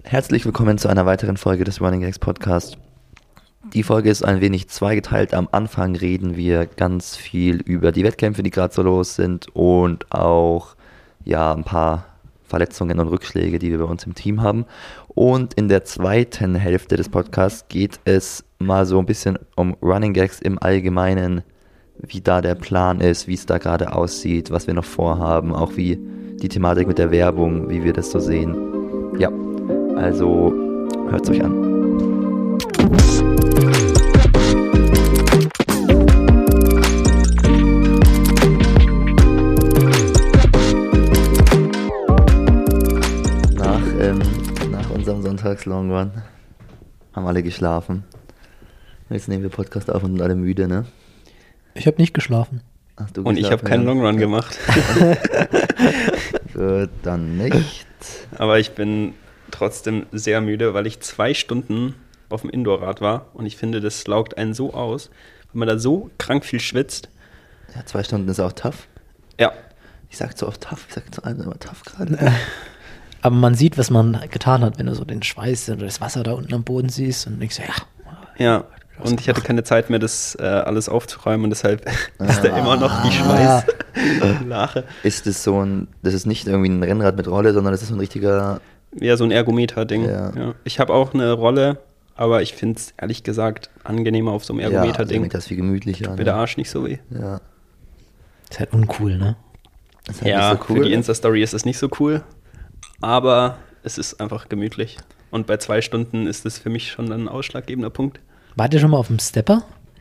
Herzlich willkommen zu einer weiteren Folge des Running Gags Podcast. Die Folge ist ein wenig zweigeteilt. Am Anfang reden wir ganz viel über die Wettkämpfe, die gerade so los sind und auch ein paar Verletzungen und Rückschläge, die wir bei uns im Team haben. Und in der zweiten Hälfte des Podcasts geht es mal so ein bisschen um Running Gags im Allgemeinen, wie da der Plan ist, wie es da gerade aussieht, was wir noch vorhaben, auch wie die Thematik mit der Werbung, wie wir das so sehen. Ja, also hört es euch an. Nach unserem Sonntags-Long Run haben alle geschlafen. Jetzt nehmen wir Podcast auf und sind alle müde, ne? Ich habe nicht geschlafen. Ach, du und ich habe keinen Long Run gemacht. Gut, dann nicht. Aber ich bin trotzdem sehr müde, weil ich 2 Stunden auf dem Indoorrad war und ich finde, das laugt einen so aus, wenn man da so krank viel schwitzt. Ja, 2 Stunden ist auch tough. Ja. Ich sag so oft tough, ich sag zu allen immer tough gerade. Aber man sieht, was man getan hat, wenn du so den Schweiß oder das Wasser da unten am Boden siehst und denkst, ja. Und ich hatte keine Zeit mehr, das alles aufzuräumen und deshalb ist da immer noch die Schweißlache. Ist das das ist nicht irgendwie ein Rennrad mit Rolle, sondern das ist so ein richtiger... Ja, so ein Ergometer-Ding. Ja. Ich habe auch eine Rolle, aber ich finde es ehrlich gesagt angenehmer auf so einem Ergometer-Ding. Ja, das ist viel gemütlicher. Tut mir der Arsch nicht so weh. Ja. Ist halt uncool, ne? Ist halt nicht so cool, für die Insta-Story ist es nicht so cool, aber es ist einfach gemütlich. Und bei 2 Stunden ist das für mich schon ein ausschlaggebender Punkt. Wart ihr schon mal auf dem Stepper?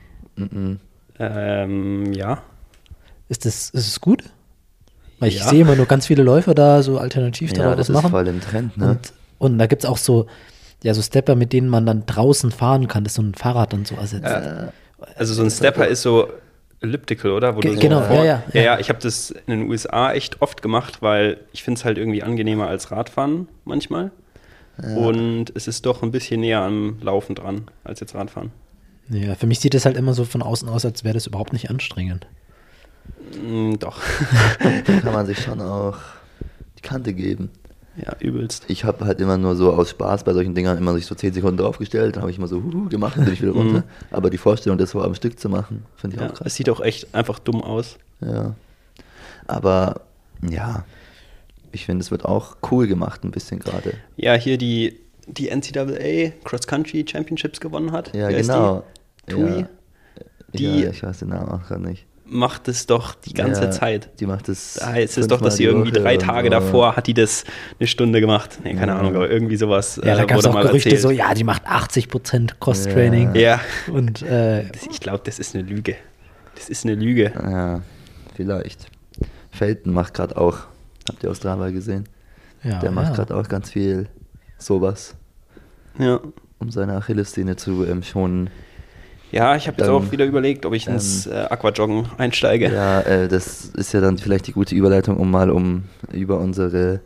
Ja. Ist es gut? Weil ich sehe immer nur ganz viele Läufer da so alternativ darauf was machen. Ja, das ist voll im Trend, ne? Und da gibt es auch so Stepper, mit denen man dann draußen fahren kann, das so ein Fahrrad dann so ersetzt. Also so ein Stepper ist so elliptical, oder? Wo du genau, so ja. Ich habe das in den USA echt oft gemacht, weil ich finde es halt irgendwie angenehmer als Radfahren manchmal. Ja. Und es ist doch ein bisschen näher am Laufen dran, als jetzt Radfahren. Ja, für mich sieht es halt immer so von außen aus, als wäre das überhaupt nicht anstrengend. Doch. Da kann man sich schon auch die Kante geben. Ja, übelst. Ich habe halt immer nur so aus Spaß bei solchen Dingern immer sich so 10 Sekunden draufgestellt, dann habe ich immer so gemacht und bin ich wieder runter. Aber die Vorstellung, das so am Stück zu machen, finde ich auch krass. Es sieht auch echt einfach dumm aus. Ja. Aber ich finde, es wird auch cool gemacht, ein bisschen gerade. Ja, hier die NCAA Cross Country Championships gewonnen hat. Ja, genau. Tui. Ja. Ich weiß den Namen auch gerade nicht. Macht es doch die ganze Zeit. Die macht es. Da heißt es doch, dass sie irgendwie 3 Tage davor hat die das eine Stunde gemacht. Nee, keine Ahnung, aber irgendwie sowas. Ja, da gab es auch Gerüchte erzählt. Die macht 80% Cross-Training. Ja. Und ich glaube, das ist eine Lüge. Das ist eine Lüge. Ja, vielleicht. Felton macht gerade auch, habt ihr aus Strava gesehen? Ja, der macht gerade auch ganz viel sowas. Ja. Um seine Achillessehne zu schonen. Ja, ich habe jetzt auch wieder überlegt, ob ich ins Aquajoggen einsteige. Ja, das ist ja dann vielleicht die gute Überleitung, um über unsere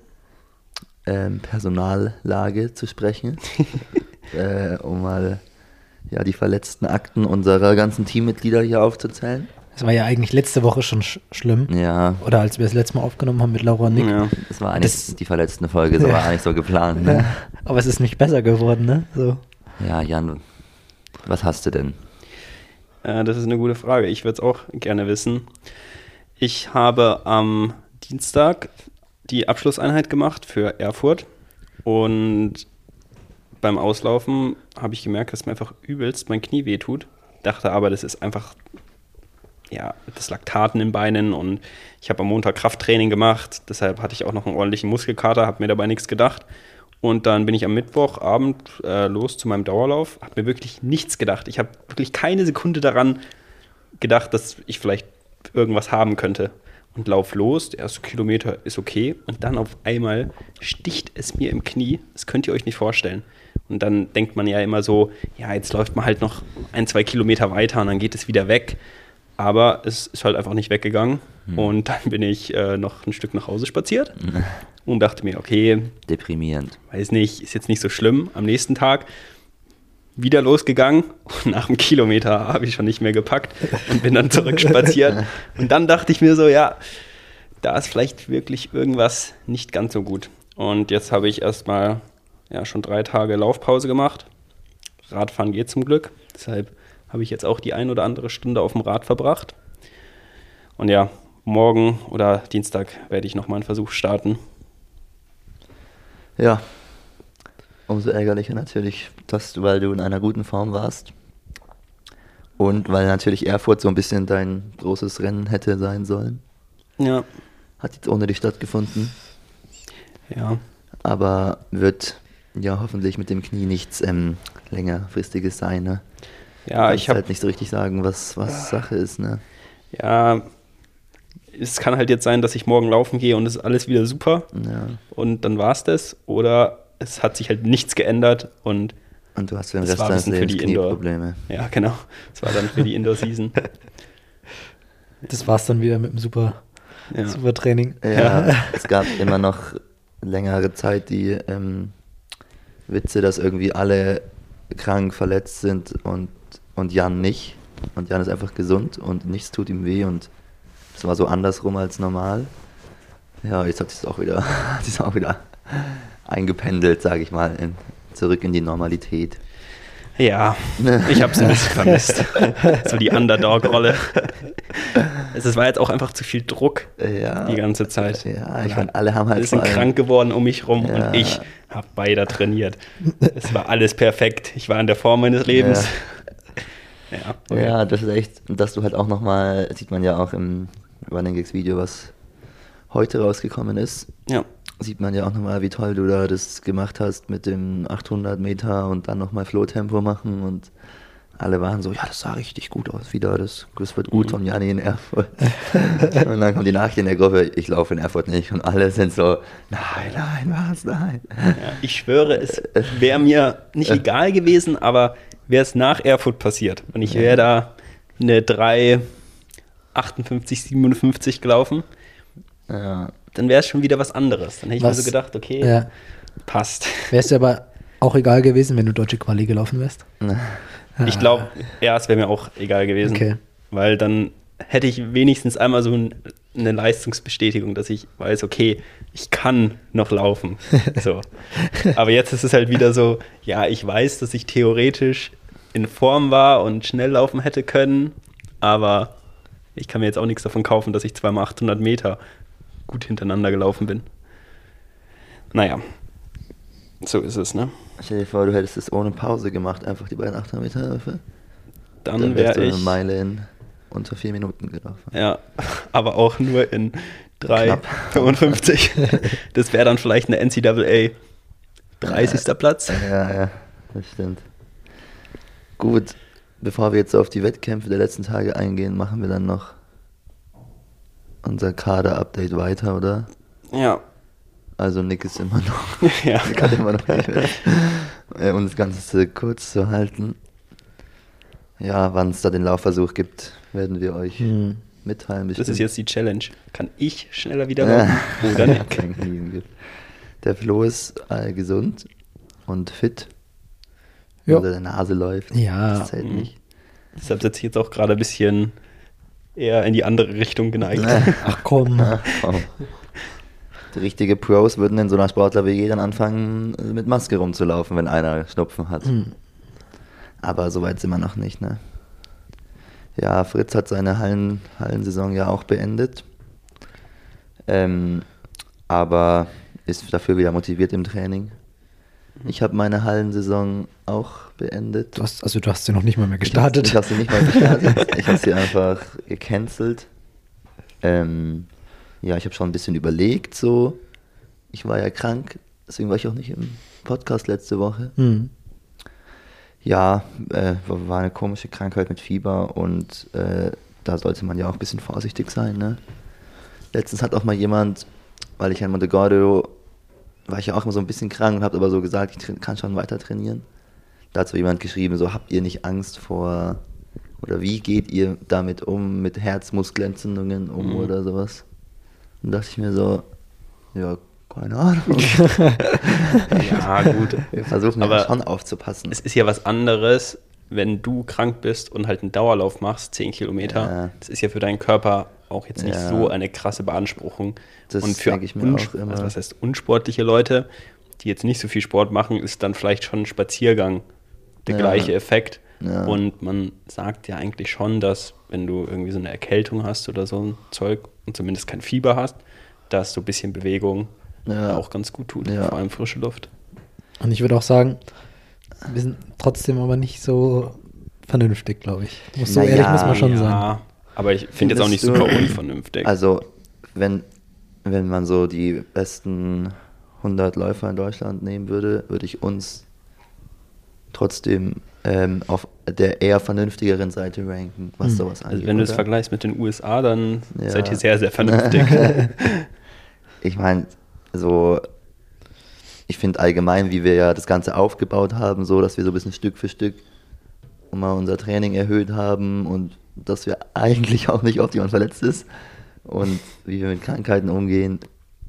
Personallage zu sprechen. Um mal die verletzten Akten unserer ganzen Teammitglieder hier aufzuzählen. Das war ja eigentlich letzte Woche schon schlimm. Ja. Oder als wir das letzte Mal aufgenommen haben mit Laura und Nick. Ja. Das war eigentlich die verletzte Folge, das war eigentlich so geplant. Ne? Ja. Aber es ist nicht besser geworden, ne? So. Ja, Jan, was hast du denn? Das ist eine gute Frage. Ich würde es auch gerne wissen. Ich habe am Dienstag die Abschlusseinheit gemacht für Erfurt und beim Auslaufen habe ich gemerkt, dass mir einfach übelst mein Knie wehtut. Dachte aber, das ist einfach das Laktat in den Beinen und ich habe am Montag Krafttraining gemacht, deshalb hatte ich auch noch einen ordentlichen Muskelkater, habe mir dabei nichts gedacht. Und dann bin ich am Mittwochabend los zu meinem Dauerlauf, habe mir wirklich nichts gedacht. Ich habe wirklich keine Sekunde daran gedacht, dass ich vielleicht irgendwas haben könnte. Und lauf los, der erste Kilometer ist okay. Und dann auf einmal sticht es mir im Knie. Das könnt ihr euch nicht vorstellen. Und dann denkt man ja immer so, jetzt läuft man halt noch 1-2 Kilometer weiter und dann geht es wieder weg. Aber es ist halt einfach nicht weggegangen. Und dann bin ich noch ein Stück nach Hause spaziert und dachte mir, okay. Deprimierend. Weiß nicht, ist jetzt nicht so schlimm. Am nächsten Tag wieder losgegangen und nach einem Kilometer habe ich schon nicht mehr gepackt und bin dann zurückspaziert. Und dann dachte ich mir so, da ist vielleicht wirklich irgendwas nicht ganz so gut. Und jetzt habe ich erstmal ja schon 3 Tage Laufpause gemacht. Radfahren geht zum Glück. Deshalb habe ich jetzt auch die 1 oder andere Stunde auf dem Rad verbracht. Und ja, morgen oder Dienstag werde ich nochmal einen Versuch starten. Ja, umso ärgerlicher natürlich, weil du in einer guten Form warst. Und weil natürlich Erfurt so ein bisschen dein großes Rennen hätte sein sollen. Ja. Hat jetzt ohne dich stattgefunden. Ja. Aber wird ja hoffentlich mit dem Knie nichts längerfristiges sein, ne? Ja, ich habe halt nicht so richtig sagen, was Sache ist, ne? Ja, es kann halt jetzt sein, dass ich morgen laufen gehe und es ist alles wieder super. Ja. Und dann war es das. Oder es hat sich halt nichts geändert und du hast für den Rest deines Lebens Knieprobleme. Ja, genau. Das war dann für die Indoor-Season. Das war's dann wieder mit dem super Training. Ja, es gab immer noch längere Zeit die Witze, dass irgendwie alle krank, verletzt sind und Jan nicht. Und Jan ist einfach gesund und nichts tut ihm weh und es war so andersrum als normal. Ja, jetzt hat es auch wieder eingependelt, sage ich mal, zurück in die Normalität. Ja, ich habe es ein bisschen vermisst. So die Underdog-Rolle. Es war jetzt auch einfach zu viel Druck die ganze Zeit. Ja, ich meine, alle haben halt sind krank geworden um mich rum und ich habe weiter trainiert. Es war alles perfekt. Ich war in der Form meines Lebens. Ja, okay. Ja, das ist echt, dass du halt auch nochmal, sieht man ja auch im Running Gigs Video, was heute rausgekommen ist. Ja. Sieht man ja auch nochmal, wie toll du da das gemacht hast mit dem 800 Meter und dann nochmal Flow-Tempo machen und alle waren so, ja, das sah richtig gut aus wieder, das wird gut von Janni in Erfurt. Und dann kommt die Nachricht in der Gruppe, ich laufe in Erfurt nicht und alle sind so, nein. Ja, ich schwöre, es wäre mir nicht egal gewesen, aber wäre es nach Erfurt passiert und ich wäre da eine 3:58,57 gelaufen, dann wäre es schon wieder was anderes. Dann hätte ich mir so gedacht, okay, passt. Wäre es dir aber auch egal gewesen, wenn du deutsche Quali gelaufen wärst? Ich glaube, es wäre mir auch egal gewesen, weil dann hätte ich wenigstens einmal so eine Leistungsbestätigung, dass ich weiß, okay, ich kann noch laufen. So. Aber jetzt ist es halt wieder so, ja, ich weiß, dass ich theoretisch in Form war und schnell laufen hätte können, aber ich kann mir jetzt auch nichts davon kaufen, dass ich 2x800 Meter gut hintereinander gelaufen bin. Naja, so ist es, ne? Stell dir vor, du hättest es ohne Pause gemacht, einfach die beiden 800 Meter Läufe. Dann wäre ich eine Meile in unter 4 Minuten gelaufen. Ja, aber auch nur in 3:55. Das wäre dann vielleicht eine NCAA 30. Platz. Ja, das stimmt. Gut, bevor wir jetzt auf die Wettkämpfe der letzten Tage eingehen, machen wir dann noch unser Kader-Update weiter, oder? Ja. Also Nick ist immer noch, ja. kann immer noch nicht mehr, um das Ganze kurz zu halten. Ja, wann es da den Laufversuch gibt, werden wir euch mitteilen. Bestimmt. Das ist jetzt die Challenge. Kann ich schneller wieder laufen oder Nick? Der Flo ist gesund und fit. Ja. Oder der Nase läuft. Ja. Das zählt nicht. Deshalb sitze ich jetzt auch gerade ein bisschen eher in die andere Richtung geneigt. Ach komm. Die richtige Pros würden in so einer Sportler-WG dann anfangen, mit Maske rumzulaufen, wenn einer Schnupfen hat. Aber so weit sind wir noch nicht, ne? Ja, Fritz hat seine Hallensaison ja auch beendet. Aber ist dafür wieder motiviert im Training. Ich habe meine Hallensaison auch beendet. Du hast sie noch nicht mal mehr gestartet. Ich habe sie nicht mal gestartet. Ich habe sie einfach gecancelt. Ja, ich habe schon ein bisschen überlegt, so. Ich war ja krank, deswegen war ich auch nicht im Podcast letzte Woche. Ja, war eine komische Krankheit mit Fieber und da sollte man ja auch ein bisschen vorsichtig sein, ne? Letztens hat auch mal jemand, weil ich in Monte Gordo war ich ja auch immer so ein bisschen krank und habe aber so gesagt, ich kann schon weiter trainieren. Da hat so jemand geschrieben, so, habt ihr nicht Angst vor, oder wie geht ihr damit um, mit Herzmuskelentzündungen oder sowas? Und dachte ich mir so, ja, keine Ahnung. Ja, gut. Wir versuchen aber schon aufzupassen. Es ist ja was anderes, wenn du krank bist und halt einen Dauerlauf machst, 10 Kilometer. Ja. Das ist ja für deinen Körper auch jetzt nicht so eine krasse Beanspruchung. Das und für denke ich mir auch immer. Also was heißt unsportliche Leute die jetzt nicht so viel Sport machen, ist dann vielleicht schon ein Spaziergang der gleiche Effekt. Ja. Und man sagt ja eigentlich schon, dass wenn du irgendwie so eine Erkältung hast oder so ein Zeug und zumindest kein Fieber hast, dass so ein bisschen Bewegung auch ganz gut tut, vor allem frische Luft. Und ich würde auch sagen, wir sind trotzdem aber nicht so vernünftig, glaube ich. So ehrlich muss man schon sein. Aber ich finde jetzt auch nicht super unvernünftig. Also, wenn man so die besten 100 Läufer in Deutschland nehmen würde, würde ich uns trotzdem auf der eher vernünftigeren Seite ranken, was sowas angeht. Also wenn du es vergleichst mit den USA, dann seid ihr sehr, sehr vernünftig. Ich meine, ich finde allgemein, wie wir ja das Ganze aufgebaut haben, so, dass wir so ein bisschen Stück für Stück mal unser Training erhöht haben und dass wir eigentlich auch nicht oft jemand verletzt ist und wie wir mit Krankheiten umgehen.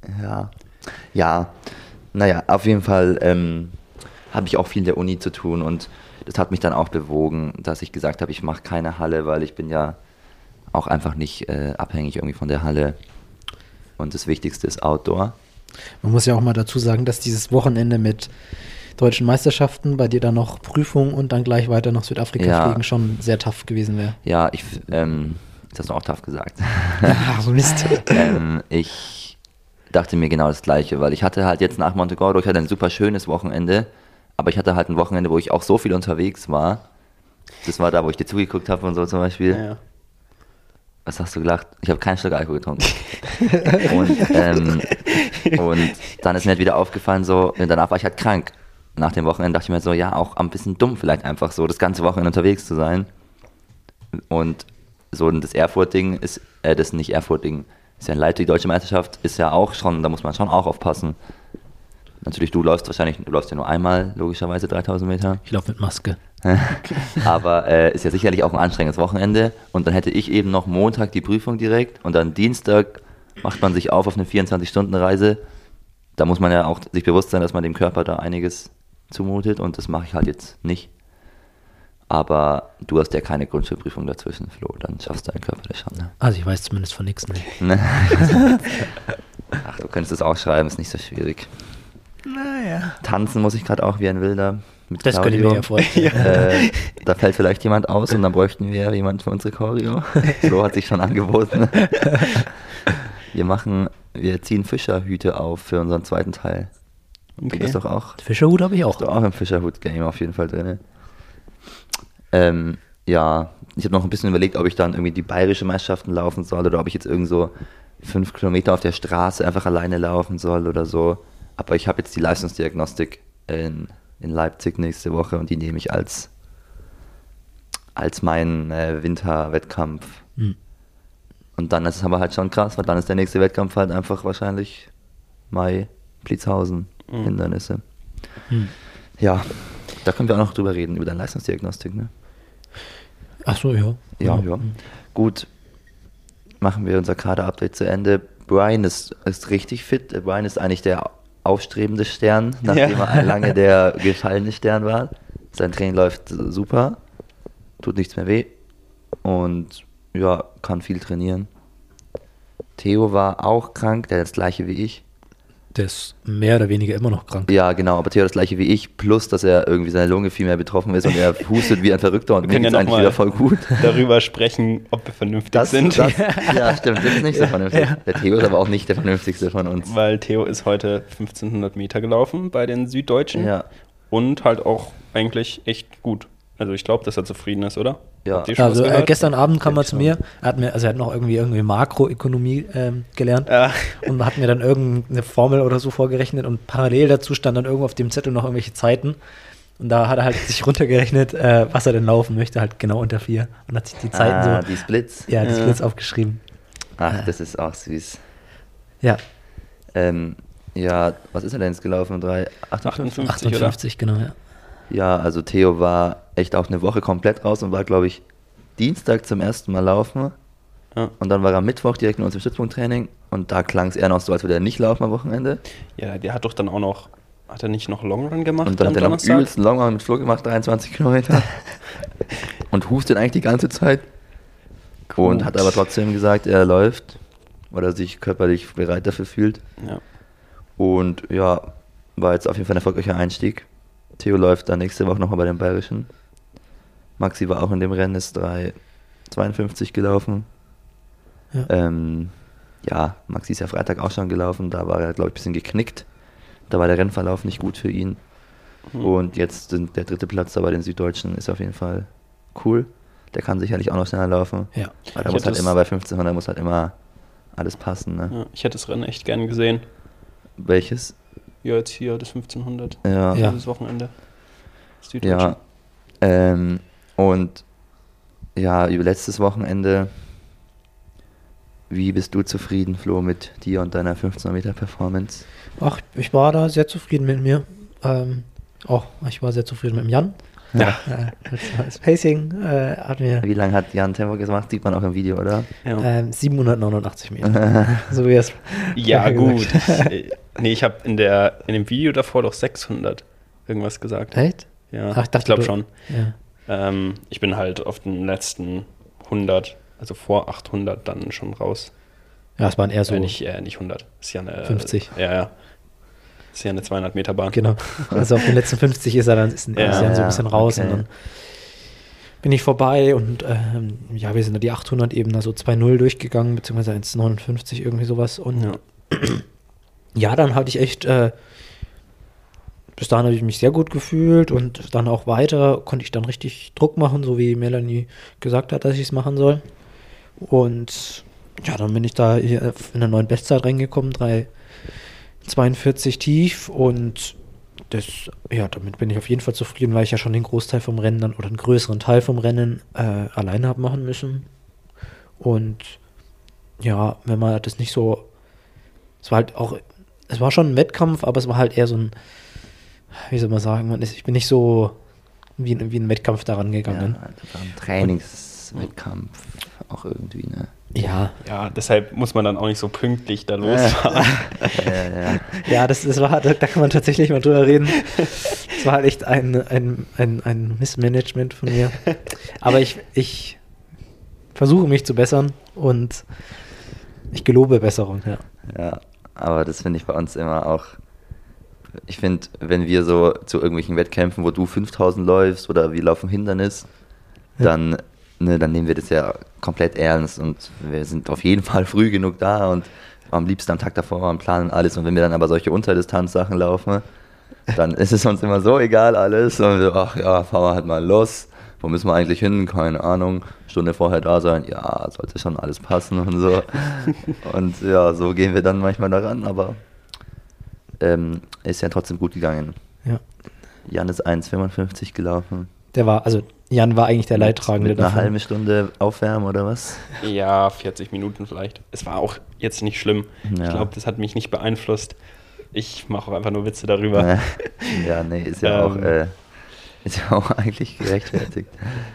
Naja, auf jeden Fall habe ich auch viel in der Uni zu tun und das hat mich dann auch bewogen, dass ich gesagt habe, ich mache keine Halle, weil ich bin ja auch einfach nicht abhängig irgendwie von der Halle und das Wichtigste ist Outdoor. Man muss ja auch mal dazu sagen, dass dieses Wochenende mit deutschen Meisterschaften, bei dir dann noch Prüfung und dann gleich weiter nach Südafrika fliegen, schon sehr tough gewesen wäre. Ja, das hast du auch tough gesagt. Ach, so Mist. Ich dachte mir genau das Gleiche, weil ich hatte halt jetzt nach Monte Gordo, ich hatte ein super schönes Wochenende, aber ich hatte halt ein Wochenende, wo ich auch so viel unterwegs war. Das war da, wo ich dir zugeguckt habe und so zum Beispiel. Ja. Was hast du gelacht? Ich habe keinen Schluck Alkohol getrunken. und dann ist mir halt wieder aufgefallen, so, danach war ich halt krank. Nach dem Wochenende dachte ich mir so, ja, auch ein bisschen dumm vielleicht einfach so, das ganze Wochenende unterwegs zu sein. Und so das Erfurt-Ding ist, das nicht Erfurt-Ding, ist ja ein Leipzig, die Deutsche Meisterschaft, ist ja auch schon, da muss man schon auch aufpassen. Natürlich, du läufst ja nur einmal, logischerweise 3000 Meter. Ich laufe mit Maske. Aber ist ja sicherlich auch ein anstrengendes Wochenende. Und dann hätte ich eben noch Montag die Prüfung direkt und dann Dienstag macht man sich auf eine 24-Stunden-Reise. Da muss man ja auch sich bewusst sein, dass man dem Körper da einiges zumutet und das mache ich halt jetzt nicht. Aber du hast ja keine Grundschulprüfung dazwischen, Flo, dann schaffst du deinen Körper das schon. Ne? Also ich weiß zumindest von nichts. Ach, du könntest es auch schreiben, ist nicht so schwierig. Naja. Tanzen muss ich gerade auch wie ein Wilder mit das Claudio. Können wir ja vorstellen. Da fällt vielleicht jemand aus und dann bräuchten wir jemanden für unsere Choreo. Flo hat sich schon angeboten. Wir ziehen Fischerhüte auf für unseren zweiten Teil. Okay. Du bist doch auch. Fischerhut habe ich auch. Bist du auch im Fischerhut-Game auf jeden Fall drin. Ja, ich habe noch ein bisschen überlegt, ob ich dann irgendwie die bayerische Meisterschaften laufen soll oder ob ich jetzt irgend so 5 Kilometer auf der Straße einfach alleine laufen soll oder so. Aber ich habe jetzt die Leistungsdiagnostik in Leipzig nächste Woche und die nehme ich als meinen Winterwettkampf. Mhm. Und dann ist es aber halt schon krass, weil dann ist der nächste Wettkampf halt einfach wahrscheinlich Mai, Blitzhausen, Hindernisse. Mhm. Ja, da können wir auch noch drüber reden, über deine Leistungsdiagnostik, ne? Ach so, ja. Ja. Mhm. Gut, machen wir unser Kader-Update zu Ende. Brian ist richtig fit. Brian ist eigentlich der aufstrebende Stern, nachdem er lange der gefallene Stern war. Sein Training läuft super, tut nichts mehr weh und ja, kann viel trainieren. Theo war auch krank, der hat das gleiche wie ich. Der ist mehr oder weniger immer noch krank. Ja, genau, aber Theo hat das gleiche wie ich, plus, dass er irgendwie seine Lunge viel mehr betroffen ist und er hustet wie ein Verrückter und mir geht es eigentlich wieder voll gut. Darüber sprechen, ob wir vernünftig sind. Ja, stimmt, das ist nicht so vernünftig. Ja. Der Theo ist aber auch nicht der vernünftigste von uns. Weil Theo ist heute 1500 Meter gelaufen bei den Süddeutschen und halt auch eigentlich echt gut. Also ich glaube, dass er zufrieden ist, oder? Ja. Also gestern Abend kam er zu mir, er hat noch irgendwie Makroökonomie gelernt und hat mir dann irgendeine Formel oder so vorgerechnet und parallel dazu stand dann irgendwo auf dem Zettel noch irgendwelche Zeiten und da hat er halt sich runtergerechnet, was er denn laufen möchte, halt genau unter 4 und hat sich die Zeiten die Splits? Ja, die Splits aufgeschrieben. Ach, das ist auch süß. Ja. Ja, was ist er denn jetzt gelaufen? 58, genau, ja. Ja, also Theo war echt auch eine Woche komplett raus und war, glaube ich, Dienstag zum ersten Mal laufen. Ja. Und dann war er Mittwoch direkt in unserem Stützpunkttraining und da klang es eher noch so, als würde er nicht laufen am Wochenende. Ja, der hat doch dann auch noch, hat er nicht noch Longrun gemacht? Und dann hat er noch übelsten Longrun mit Flo gemacht, 23 Kilometer. Und hustet eigentlich die ganze Zeit. Gut. Und hat aber trotzdem gesagt, er läuft, weil er sich körperlich bereit dafür fühlt. Ja. Und ja, war jetzt auf jeden Fall ein erfolgreicher Einstieg. Theo läuft dann nächste Woche nochmal bei den Bayerischen. Maxi war auch in dem Rennen, ist 3,52 gelaufen. Ja. Maxi ist ja Freitag auch schon gelaufen, da war er, glaube ich, ein bisschen geknickt. Da war der Rennverlauf nicht gut für ihn. Und jetzt der 3. Platz da bei den Süddeutschen ist auf jeden Fall cool. Der kann sicherlich auch noch schneller laufen. Ja. Weil da muss halt immer bei 1500 muss halt immer alles passen. Ne? Ja, ich hätte das Rennen echt gern gesehen. Welches? Ja, jetzt hier das 1500. Ja. Dieses Wochenende. Ja. Und ja, über letztes Wochenende, wie bist du zufrieden, Flo, mit dir und deiner 1500 Meter Performance? Ach, ich war da sehr zufrieden mit mir. Ich war sehr zufrieden mit dem Jan. Ja. Das Pacing hat mir Wie lange hat Jan Tempo gemacht? Sieht man auch im Video, oder? Ja. 789 Meter. So wie es. Ja, gut. Ich habe in dem Video davor doch 600 irgendwas gesagt. Echt? Ja, Ach, ich glaube schon. Ja. Ich bin halt auf den letzten 100, also vor 800 dann schon raus. Ja, es waren eher so Nicht 100. Ist ja eine 50. Ja. Ist ja eine 200 Meter Bahn. Genau. Also auf den letzten 50 ist er dann so ein bisschen raus. Okay. Und dann bin ich vorbei und wir sind da die 800 eben da so 2,0 durchgegangen, beziehungsweise 1,59 irgendwie sowas. Und ja, dann hatte ich echt, bis dahin habe ich mich sehr gut gefühlt und dann auch weiter konnte ich dann richtig Druck machen, so wie Melanie gesagt hat, dass ich es machen soll. Und ja, dann bin ich da hier in der neuen Bestzeit reingekommen, 3,42 tief und damit bin ich auf jeden Fall zufrieden, weil ich ja schon den Großteil vom Rennen dann oder einen größeren Teil vom Rennen alleine habe machen müssen. Und ja, wenn man das nicht so, es war schon ein Wettkampf, aber es war halt eher so ein, wie soll man sagen, ich bin nicht so wie ein Wettkampf daran gegangen. Ja, das war ein Trainingswettkampf auch irgendwie, ne? Ja. Ja, deshalb muss man dann auch nicht so pünktlich da losfahren. Ja, das war, da kann man tatsächlich mal drüber reden. Das war halt echt ein Missmanagement von mir. Aber ich versuche mich zu bessern und ich gelobe Besserung, ja. Ja, aber das finde ich bei uns immer auch, ich finde, wenn wir so zu irgendwelchen Wettkämpfen, wo du 5000 läufst oder wir laufen Hindernis, dann nehmen wir das ja komplett ernst und wir sind auf jeden Fall früh genug da und am liebsten am Tag davor und planen alles. Und wenn wir dann aber solche Unterdistanzsachen laufen, dann ist es uns immer so egal alles. Und wir, ach ja, fahren wir halt mal los. Wo müssen wir eigentlich hin? Keine Ahnung. Stunde vorher da sein. Ja, sollte schon alles passen und so. Und ja, so gehen wir dann manchmal daran, aber ist ja trotzdem gut gegangen. Ja. Jan ist 1,55 gelaufen. Jan war eigentlich der Leidtragende mit einer halben Stunde aufwärmen oder was? Ja, 40 Minuten vielleicht. Es war auch jetzt nicht schlimm. Ja. Ich glaube, das hat mich nicht beeinflusst. Ich mache auch einfach nur Witze darüber. Ja, nee, ist ja auch eigentlich gerechtfertigt.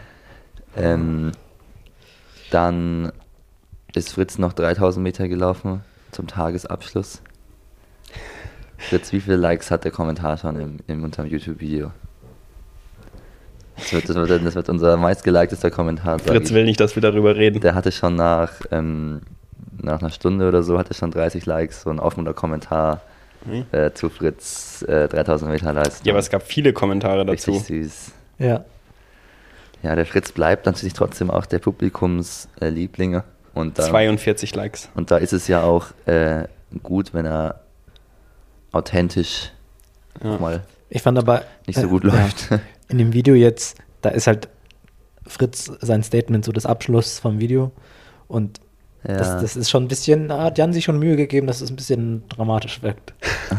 Dann ist Fritz noch 3000 Meter gelaufen zum Tagesabschluss. Fritz, wie viele Likes hat der Kommentar schon in unserem YouTube-Video? Das wird unser meistgeliketester Kommentar. Fritz will nicht, dass wir darüber reden. Der hatte schon nach einer Stunde oder so, hatte schon 30 Likes, so ein offener Kommentar zu Fritz 3000 Meter Leistung. Ja, aber es gab viele Kommentare dazu. Richtig süß. Ja. Ja, der Fritz bleibt natürlich trotzdem auch der Publikumsliebling. 42 Likes. Und da ist es ja auch gut, wenn er authentisch mal ich fand aber nicht so gut läuft. In dem Video jetzt, da ist halt Fritz sein Statement so das Abschluss vom Video und das ist schon ein bisschen, da hat Jan sich schon Mühe gegeben, dass es ein bisschen dramatisch wirkt.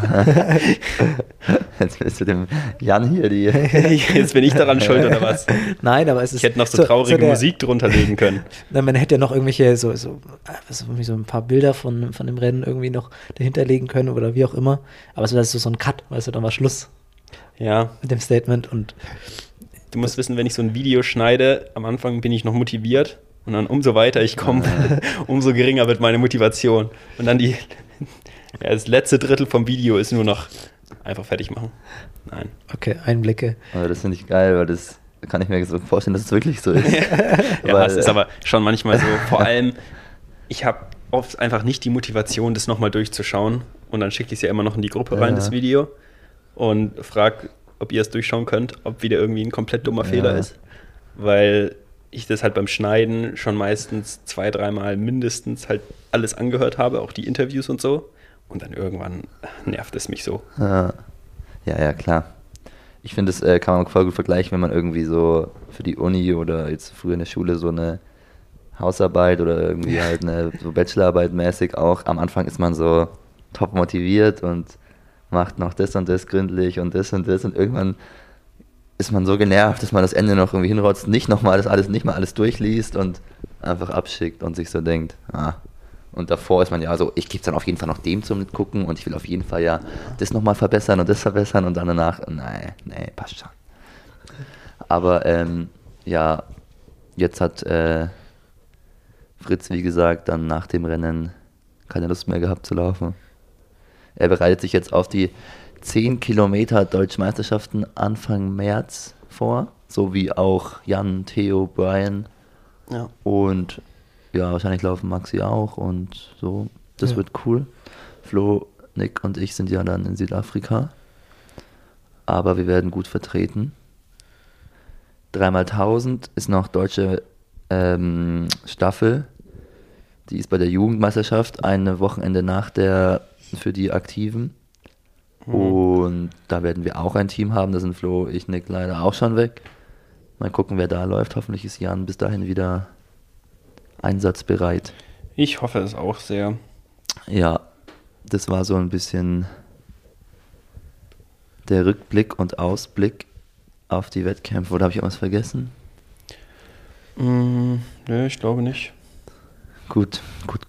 Jetzt bist du dem Jan hier die... Jetzt bin ich daran schuld, oder was? Nein, aber es ist... Ich hätte noch so traurige Musik drunter legen können. Na, man hätte ja noch irgendwelche so ein paar Bilder von dem Rennen irgendwie noch dahinter legen können oder wie auch immer. Aber es war so ein Cut, weißt du, dann war Schluss. Ja. Mit dem Statement und... Du musst wissen, wenn ich so ein Video schneide, am Anfang bin ich noch motiviert und dann umso weiter ich komme, umso geringer wird meine Motivation. Und dann das letzte Drittel vom Video ist nur noch einfach fertig machen. Nein. Okay, Einblicke. Aber das finde ich geil, weil das kann ich mir so vorstellen, dass es wirklich so ist. Ja, es ist aber schon manchmal so. Vor allem, ich habe oft einfach nicht die Motivation, das nochmal durchzuschauen und dann schicke ich es ja immer noch in die Gruppe rein, das Video. und frage, ob ihr es durchschauen könnt, ob wieder irgendwie ein komplett dummer Fehler ist. Weil ich das halt beim Schneiden schon meistens 2-3 Mal mindestens halt alles angehört habe, auch die Interviews und so. Und dann irgendwann nervt es mich so. Ja, klar. Ich finde, das kann man voll gut vergleichen, wenn man irgendwie so für die Uni oder jetzt früher in der Schule so eine Hausarbeit oder irgendwie halt eine so Bachelorarbeit mäßig auch. Am Anfang ist man so top motiviert und macht noch das und das gründlich und das und irgendwann ist man so genervt, dass man das Ende noch irgendwie hinrotzt, nicht mal alles durchliest und einfach abschickt und sich so denkt, und davor ist man ja so, ich gebe es dann auf jeden Fall noch dem zum Mitgucken und ich will auf jeden Fall ja das nochmal verbessern und das verbessern und dann danach, nee, passt schon. Aber ja, jetzt hat Fritz, wie gesagt, dann nach dem Rennen keine Lust mehr gehabt zu laufen. Er bereitet sich jetzt auf die 10 Kilometer Deutschmeisterschaften Anfang März vor, so wie auch Jan, Theo, Brian und ja, wahrscheinlich laufen Maxi auch und so. Das wird cool. Flo, Nick und ich sind ja dann in Südafrika, aber wir werden gut vertreten. 3x1000 ist noch deutsche Staffel, die ist bei der Jugendmeisterschaft ein Wochenende nach der für die Aktiven. Und da werden wir auch ein Team haben. Da sind Flo, ich, Nick leider auch schon weg. Mal gucken, wer da läuft. Hoffentlich ist Jan bis dahin wieder einsatzbereit. Ich hoffe es auch sehr. Ja, das war so ein bisschen der Rückblick und Ausblick auf die Wettkämpfe. Oder habe ich irgendwas vergessen? Nö, ich glaube nicht. Gut.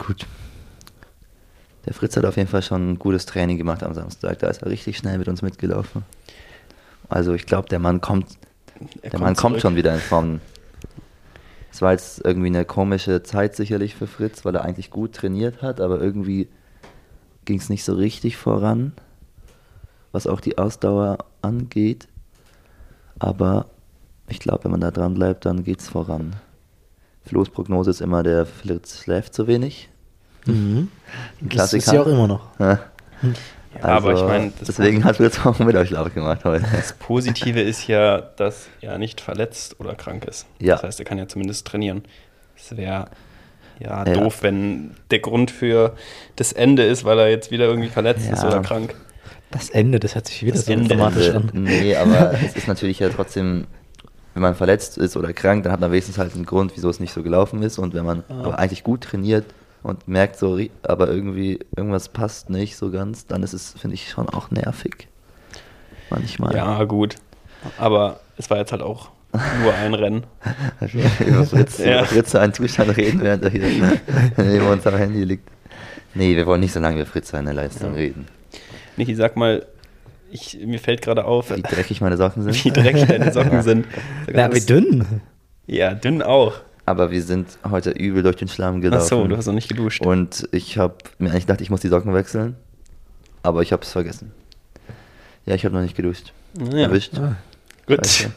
Der Fritz hat auf jeden Fall schon ein gutes Training gemacht am Samstag. Da ist er richtig schnell mit uns mitgelaufen. Also ich glaube, der Mann kommt schon wieder in Form. Es war jetzt irgendwie eine komische Zeit sicherlich für Fritz, weil er eigentlich gut trainiert hat, aber irgendwie ging es nicht so richtig voran, was auch die Ausdauer angeht. Aber ich glaube, wenn man da dran bleibt, dann geht's voran. Flo's Prognose ist immer, der Fritz schläft zu wenig. Das ist ja auch immer noch. Ja. Ja, aber ich meine, deswegen hat Fritz auch einen Mittagsschlaf gemacht heute. Das Positive ist ja, dass er nicht verletzt oder krank ist. Ja. Das heißt, er kann ja zumindest trainieren. Es wäre doof, wenn der Grund für das Ende ist, weil er jetzt wieder irgendwie verletzt ist oder krank. Das Ende, das hört sich wieder so Ende. dramatisch an. Nee, aber es ist natürlich ja trotzdem, wenn man verletzt ist oder krank, dann hat man wenigstens halt einen Grund, wieso es nicht so gelaufen ist. Und wenn man aber eigentlich gut trainiert und merkt so, aber irgendwie irgendwas passt nicht so ganz, dann ist es, finde ich, schon auch nervig. Manchmal. Ja, gut. Aber es war jetzt halt auch nur ein Rennen. Über Fritz einen Zustand reden, während er hier neben uns am Handy liegt. Nee, wir wollen nicht so lange über Fritz seine Leistung reden. Niki, sag mal, mir fällt gerade auf, wie dreckig meine Socken sind. Wie dreckig deine Socken sind. Ja, wie dünn. Ja, dünn auch. Aber wir sind heute übel durch den Schlamm gelaufen. Ach so, du hast noch nicht geduscht. Und ich habe mir eigentlich gedacht, ich muss die Socken wechseln. Aber ich habe es vergessen. Ja, ich habe noch nicht geduscht. Ja. Erwischt. Gut.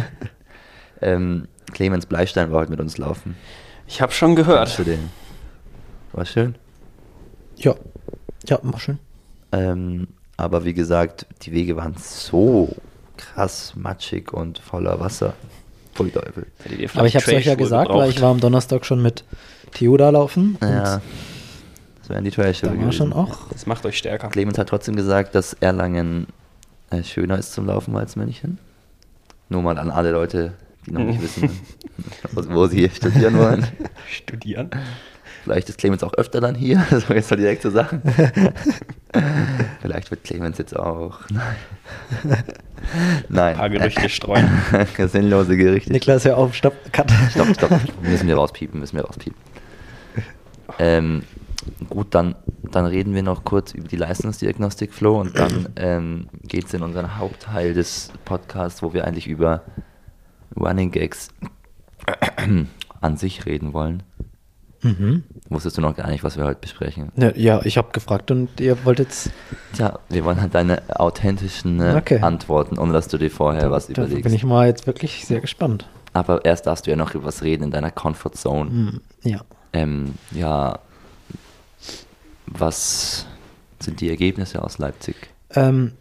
Clemens Bleistein war heute mit uns laufen. Ich habe schon gehört. Zu den. War schön? Ja, war schön. Aber wie gesagt, die Wege waren so krass matschig und voller Wasser. Pfui Teufel. Aber ich habe es euch ja gesagt, weil ich war am Donnerstag schon mit Theo da laufen. Ja, das wären die Trail-Schuhe gewesen. Schon auch. Das macht euch stärker. Clemens hat trotzdem gesagt, dass Erlangen schöner ist zum Laufen als München. Nur mal an alle Leute, die noch nicht wissen, wo sie hier studieren wollen. Studieren? Vielleicht ist Clemens auch öfter dann hier, das war jetzt mal direkt zu sagen. Vielleicht wird Clemens jetzt auch. Nein. Ein paar Gerüchte streuen. Sinnlose Gerüchte. Niklas, hör auf, stopp, cut. Stopp. Müssen wir rauspiepen. Gut, dann reden wir noch kurz über die Leistungsdiagnostik, Flo, und dann geht es in unseren Hauptteil des Podcasts, wo wir eigentlich über Running Gags an sich reden wollen. Wusstest du noch gar nicht, was wir heute besprechen? Ja, ich habe gefragt und ihr wolltet... Tja, wir wollen halt deine authentischen Antworten, ohne dass du dir vorher was überlegst. Da bin ich mal jetzt wirklich sehr gespannt. Aber erst darfst du ja noch über was reden in deiner Comfort Zone. Ja. Was sind die Ergebnisse aus Leipzig?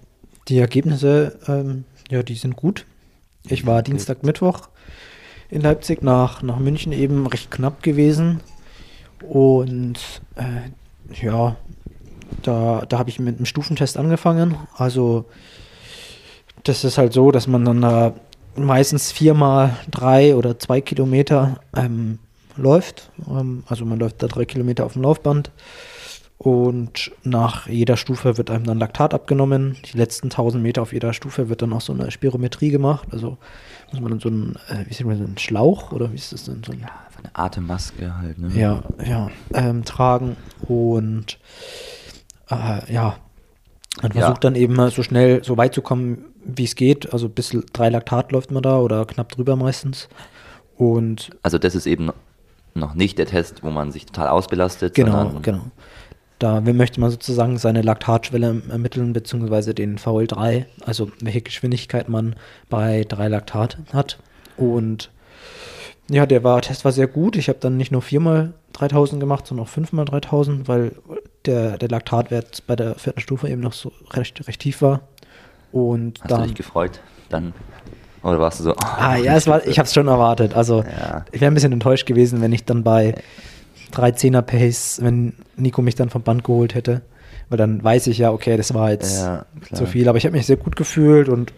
Die Ergebnisse, ja, die sind gut. Ich war Dienstag, Mittwoch in Leipzig nach München eben recht knapp gewesen. Und ja, da habe ich mit einem Stufentest angefangen. Also das ist halt so, dass man dann da meistens 4x3 oder 2 Kilometer läuft. Also man läuft da 3 Kilometer auf dem Laufband. Und nach jeder Stufe wird einem dann Laktat abgenommen. Die letzten 1000 Meter auf jeder Stufe wird dann auch so eine Spirometrie gemacht. Also muss man dann so einen, wie sieht man, so einen Schlauch oder wie ist das denn? So ja, eine Atemmaske halt, ne? Ja, tragen. Und ja, man versucht dann eben so schnell, so weit zu kommen, wie es geht. Also bis 3 Laktat läuft man da oder knapp drüber meistens. Und also das ist eben noch nicht der Test, wo man sich total ausbelastet. Genau. Da möchte man sozusagen seine Laktatschwelle ermitteln, beziehungsweise den VL3, also welche Geschwindigkeit man bei 3 Laktat hat. Und ja, der Test war sehr gut. Ich habe dann nicht nur 4x3000 gemacht, sondern auch 5x3000, weil der Laktatwert bei der 4. Stufe eben noch so recht tief war. Und hast du dich gefreut dann? Oder warst du so? Ja, ich habe es schon erwartet. Also ich wäre ein bisschen enttäuscht gewesen, wenn ich dann bei 3,10er Pace, wenn Nico mich dann vom Band geholt hätte. Weil dann weiß ich ja, okay, das war jetzt zu viel. Aber ich habe mich sehr gut gefühlt und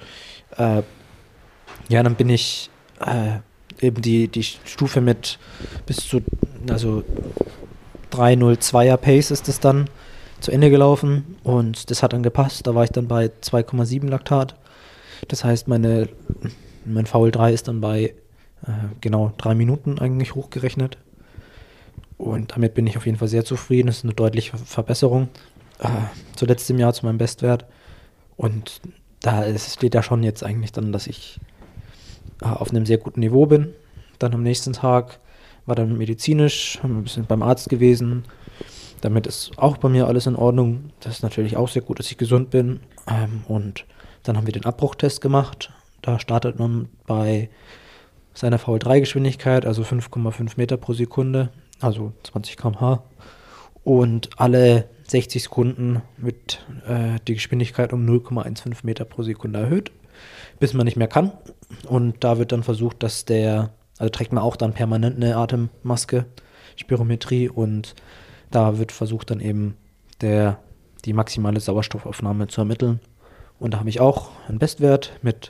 dann bin ich eben die Stufe mit bis zu, also 3,02er Pace ist das dann zu Ende gelaufen und das hat dann gepasst. Da war ich dann bei 2,7 Laktat. Das heißt, mein VL3 ist dann bei genau 3 Minuten eigentlich hochgerechnet. Und damit bin ich auf jeden Fall sehr zufrieden. Das ist eine deutliche Verbesserung zu letztem Jahr, zu meinem Bestwert. Und steht da schon jetzt eigentlich dann, dass ich auf einem sehr guten Niveau bin. Dann am nächsten Tag war dann medizinisch, haben wir ein bisschen beim Arzt gewesen. Damit ist auch bei mir alles in Ordnung. Das ist natürlich auch sehr gut, dass ich gesund bin. Und dann haben wir den Abbruchtest gemacht. Da startet man bei seiner VL3-Geschwindigkeit, also 5,5 Meter pro Sekunde, also 20 km/h. Und alle 60 Sekunden wird die Geschwindigkeit um 0,15 Meter pro Sekunde erhöht, bis man nicht mehr kann. Und da wird dann versucht, dass also trägt man auch dann permanent eine Atemmaske, Spirometrie, und da wird versucht dann eben die maximale Sauerstoffaufnahme zu ermitteln. Und da habe ich auch einen Bestwert mit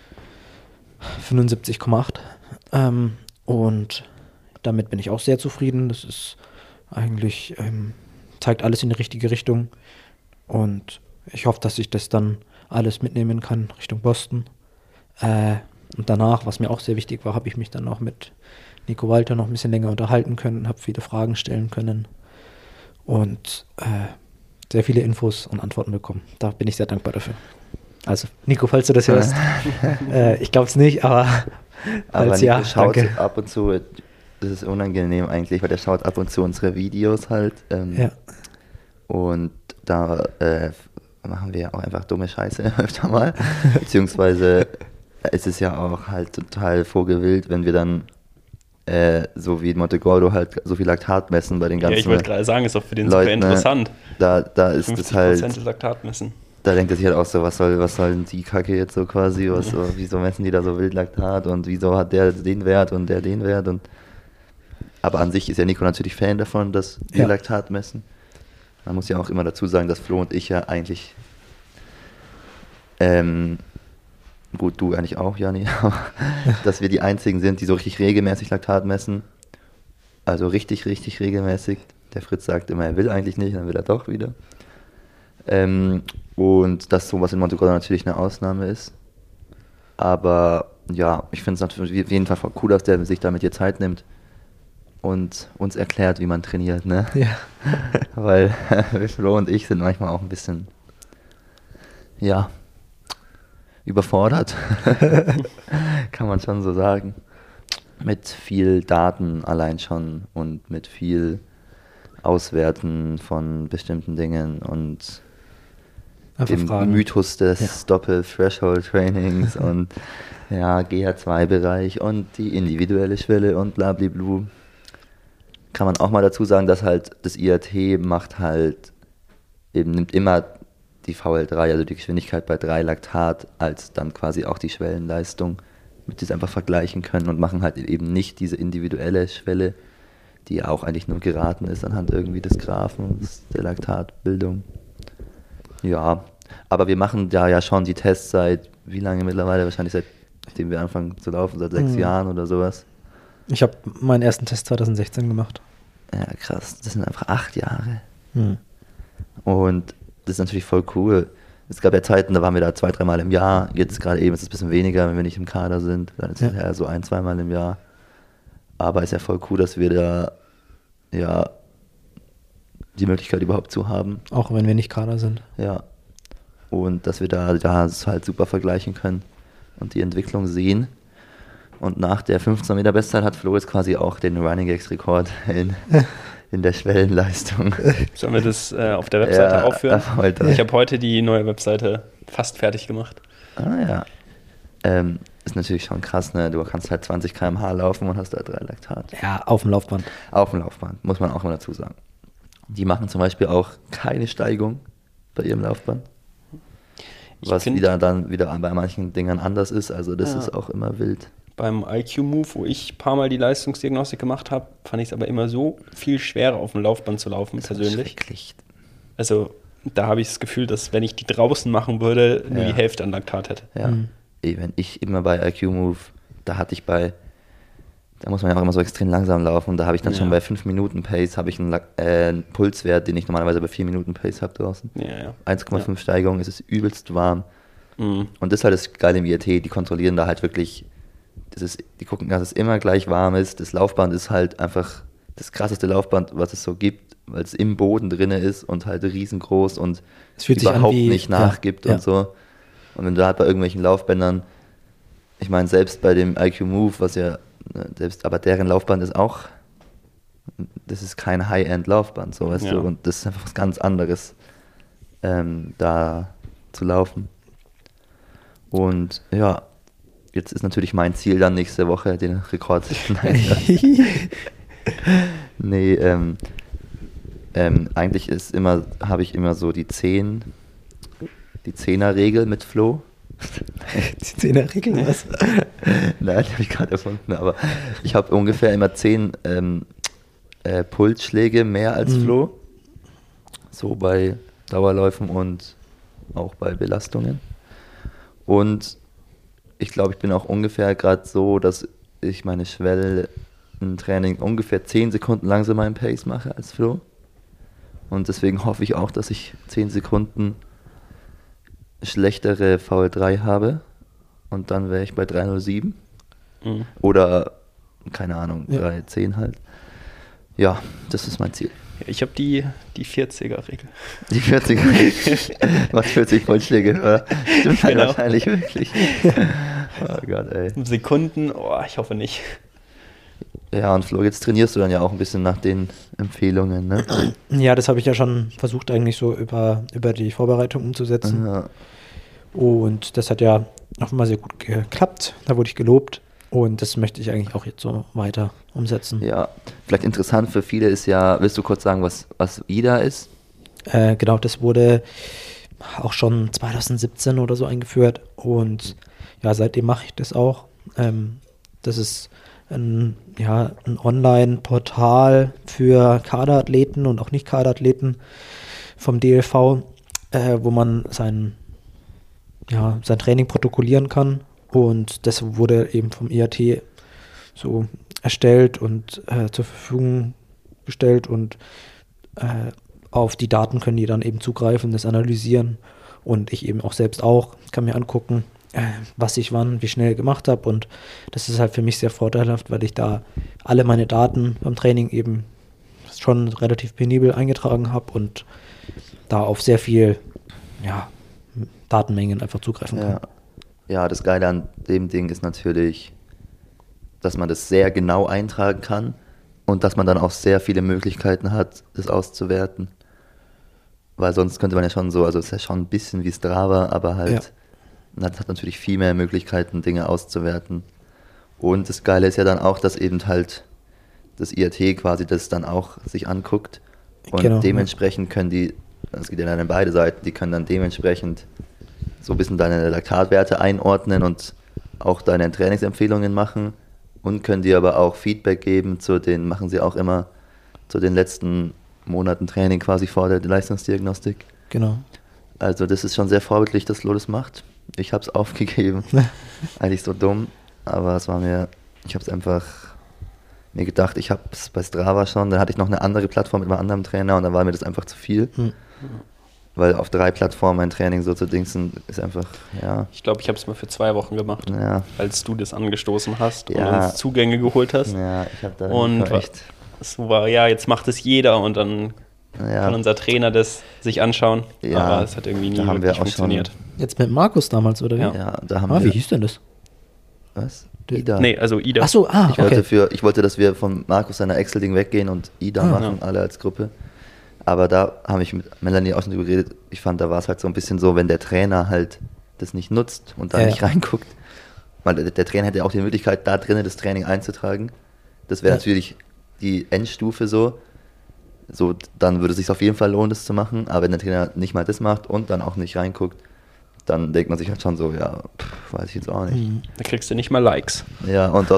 75,8. Und damit bin ich auch sehr zufrieden. Das ist eigentlich, zeigt alles in die richtige Richtung. Und ich hoffe, dass ich das dann alles mitnehmen kann Richtung Boston. Und danach, was mir auch sehr wichtig war, habe ich mich dann auch mit Nico Walter noch ein bisschen länger unterhalten können, habe viele Fragen stellen können und sehr viele Infos und Antworten bekommen. Da bin ich sehr dankbar dafür. Also, Nico, falls du das hörst, ich glaube es nicht, aber Nico ja, schaut danke. Ab und zu, das ist unangenehm eigentlich, weil der schaut ab und zu unsere Videos halt. Ja. Und da machen wir ja auch einfach dumme Scheiße öfter mal. Beziehungsweise ist es ja auch halt total vogelwild, wenn wir dann so wie in Monte Gordo halt so viel Laktat messen bei den ganzen. Ja, ich wollte gerade sagen, ist auch für den Leuten, super interessant. Da ist es halt. 50% Laktat messen. Da denkt er sich halt auch so, was soll denn die Kacke jetzt so quasi, wieso messen die da so wild Laktat und wieso hat der den Wert und der den Wert aber an sich ist ja Nico natürlich Fan davon, dass wir Laktat messen. Man muss ja auch immer dazu sagen, dass Flo und ich ja eigentlich gut, du eigentlich auch, Jani, aber dass wir die einzigen sind, die so richtig regelmäßig Laktat messen. Also richtig, richtig regelmäßig. Der Fritz sagt immer, er will eigentlich nicht, dann will er doch wieder. Und dass sowas in Monte Gordo natürlich eine Ausnahme ist. Aber ja, ich finde es natürlich auf jeden Fall cool, dass der sich da mit dir Zeit nimmt und uns erklärt, wie man trainiert, ne? Ja. Weil Flo und ich sind manchmal auch ein bisschen, ja, überfordert, kann man schon so sagen. Mit viel Daten allein schon und mit viel Auswerten von bestimmten Dingen und Einfach dem fragen. Mythos des Doppel-Threshold-Trainings und GH2-Bereich und die individuelle Schwelle und blablablu. Kann man auch mal dazu sagen, dass halt das IAT macht halt, eben nimmt immer die VL3, also die Geschwindigkeit bei 3 Laktat, als dann quasi auch die Schwellenleistung, damit sie es einfach vergleichen können und machen halt eben nicht diese individuelle Schwelle, die ja auch eigentlich nur geraten ist anhand irgendwie des Graphens der Laktatbildung. Ja, aber wir machen da ja schon die Tests seit, wie lange mittlerweile? Wahrscheinlich seitdem wir anfangen zu laufen, seit 6 Jahren oder sowas. Ich habe meinen ersten Test 2016 gemacht. Ja, krass. Das sind einfach 8 Jahre. Und das ist natürlich voll cool. Es gab ja Zeiten, da waren wir da 2-3 Mal im Jahr. Jetzt gerade eben ist es ein bisschen weniger, wenn wir nicht im Kader sind. Dann ist es ja so 1-2 Mal im Jahr. Aber ist ja voll cool, dass wir da ja die Möglichkeit überhaupt zu haben. Auch wenn wir nicht Kader sind. Ja. Und dass wir da es halt super vergleichen können und die Entwicklung sehen. Und nach der 15 Meter Bestzeit hat Flo jetzt quasi auch den Running Gags Rekord in der Schwellenleistung. Sollen wir das auf der Webseite aufführen? Heute. Ich habe heute die neue Webseite fast fertig gemacht. Ah ja. Ist natürlich schon krass, ne? Du kannst halt 20 km/h laufen und hast da 3 Laktat. Ja, auf dem Laufband. Auf dem Laufband, muss man auch mal dazu sagen. Die machen zum Beispiel auch keine Steigung bei ihrem Laufband. Was wieder bei manchen Dingern anders ist, also das ist auch immer wild. Beim IQ-Move, wo ich ein paar Mal die Leistungsdiagnostik gemacht habe, fand ich es aber immer so viel schwerer, auf dem Laufband zu laufen, persönlich. Also da habe ich das Gefühl, dass wenn ich die draußen machen würde, nur die Hälfte an Laktat hätte. Ja, wenn ich immer bei IQ-Move, da muss man ja auch immer so extrem langsam laufen, da habe ich dann schon bei 5 Minuten Pace, habe ich einen Pulswert, den ich normalerweise bei 4 Minuten Pace habe draußen. 1,5 Steigerung, es ist übelst warm. Und das ist halt das Geile im IAT, die kontrollieren da halt wirklich, die gucken, dass es immer gleich warm ist. Das Laufband ist halt einfach das krasseste Laufband, was es so gibt, weil es im Boden drin ist und halt riesengroß und es fühlt überhaupt sich an nicht nachgibt und so. Und wenn du halt bei irgendwelchen Laufbändern, ich meine, selbst bei dem IQ Move, aber deren Laufband ist auch, das ist kein High-End-Laufband, so weißt du, und das ist einfach was ganz anderes, da zu laufen. Und ja, jetzt ist natürlich mein Ziel dann nächste Woche, den Rekord zu schneiden. Nee, eigentlich habe ich immer so die 10er-Regel mit Flo. Die 10er-Regel, was? Nein, die habe ich gerade erfunden, aber ich habe ungefähr immer 10 Pulsschläge mehr als Flo. So bei Dauerläufen und auch bei Belastungen. Und ich glaube, ich bin auch ungefähr gerade so, dass ich meine Schwellentraining ungefähr 10 Sekunden langsamer im Pace mache als Flo. Und deswegen hoffe ich auch, dass ich 10 Sekunden schlechtere VL3 habe. Und dann wäre ich bei 3:07. Oder, keine Ahnung, 3:10 halt. Ja, das ist mein Ziel. Ich habe die 40er-Regel. Die 40er-Regel? Was 40 Pulsschläge? Oder? Stimmt halt wahrscheinlich wirklich. Oh Gott, ey. Sekunden, ich hoffe nicht. Ja, und Flo, jetzt trainierst du dann ja auch ein bisschen nach den Empfehlungen, ne? Ja, das habe ich ja schon versucht eigentlich so über die Vorbereitung umzusetzen. Ja. Und das hat ja auch immer sehr gut geklappt. Da wurde ich gelobt. Und das möchte ich eigentlich auch jetzt so weiter umsetzen. Ja, vielleicht interessant für viele ist ja, willst du kurz sagen, was IDA ist? Genau, das wurde auch schon 2017 oder so eingeführt. Und ja, seitdem mache ich das auch. Das ist ein Online-Portal für Kaderathleten und auch Nicht-Kaderathleten vom DLV, wo man sein Training protokollieren kann. Und das wurde eben vom IAT so erstellt und zur Verfügung gestellt und auf die Daten können die dann eben zugreifen, das analysieren und ich eben auch selbst kann mir angucken, was ich wann, wie schnell gemacht habe und das ist halt für mich sehr vorteilhaft, weil ich da alle meine Daten beim Training eben schon relativ penibel eingetragen habe und da auf sehr viel Datenmengen einfach zugreifen kann. Ja, das Geile an dem Ding ist natürlich, dass man das sehr genau eintragen kann und dass man dann auch sehr viele Möglichkeiten hat, das auszuwerten. Weil sonst könnte man ja schon so, also es ist ja schon ein bisschen wie Strava, aber halt, man hat natürlich viel mehr Möglichkeiten, Dinge auszuwerten. Und das Geile ist ja dann auch, dass eben halt das IAT quasi das dann auch sich anguckt und dementsprechend können die es geht ja dann in beide Seiten, die können dann dementsprechend so ein bisschen deine Laktatwerte einordnen und auch deine Trainingsempfehlungen machen und können dir aber auch Feedback geben machen sie auch immer zu den letzten Monaten Training quasi vor der Leistungsdiagnostik. Genau. Also das ist schon sehr vorbildlich, dass Flo das macht. Ich habe es aufgegeben. Eigentlich so dumm, aber ich habe es einfach mir gedacht, ich habe es bei Strava schon, dann hatte ich noch eine andere Plattform mit einem anderen Trainer und dann war mir das einfach zu viel. Weil auf 3 Plattformen ein Training so zu dingsen ist einfach, ja. Ich glaube, ich habe es mal für 2 Wochen gemacht, als du das angestoßen hast und Ja. uns Zugänge geholt hast. Ja, ich habe da Und echt. es war, jetzt macht es jeder und dann kann unser Trainer das sich anschauen. Ja, aber es hat irgendwie nie da haben wir wirklich auch funktioniert. Jetzt mit Markus damals, oder wie? Ja. Ja, da haben Wie wir. hieß denn das? Was? Ida. Nee, also Ida. Ach so, okay. Ich wollte, dass wir von Markus seiner Excel-Ding weggehen und Ida machen, alle als Gruppe. Aber da habe ich mit Melanie auch schon drüber geredet. Ich fand, da war es halt so ein bisschen so, wenn der Trainer halt das nicht nutzt und da nicht reinguckt. Weil der Trainer hätte auch die Möglichkeit, da drinnen das Training einzutragen. Das wäre natürlich die Endstufe so. So, dann würde es sich auf jeden Fall lohnen, das zu machen. Aber wenn der Trainer nicht mal das macht und dann auch nicht reinguckt, dann denkt man sich halt schon so, weiß ich jetzt auch nicht. Da kriegst du nicht mal Likes. Ja, und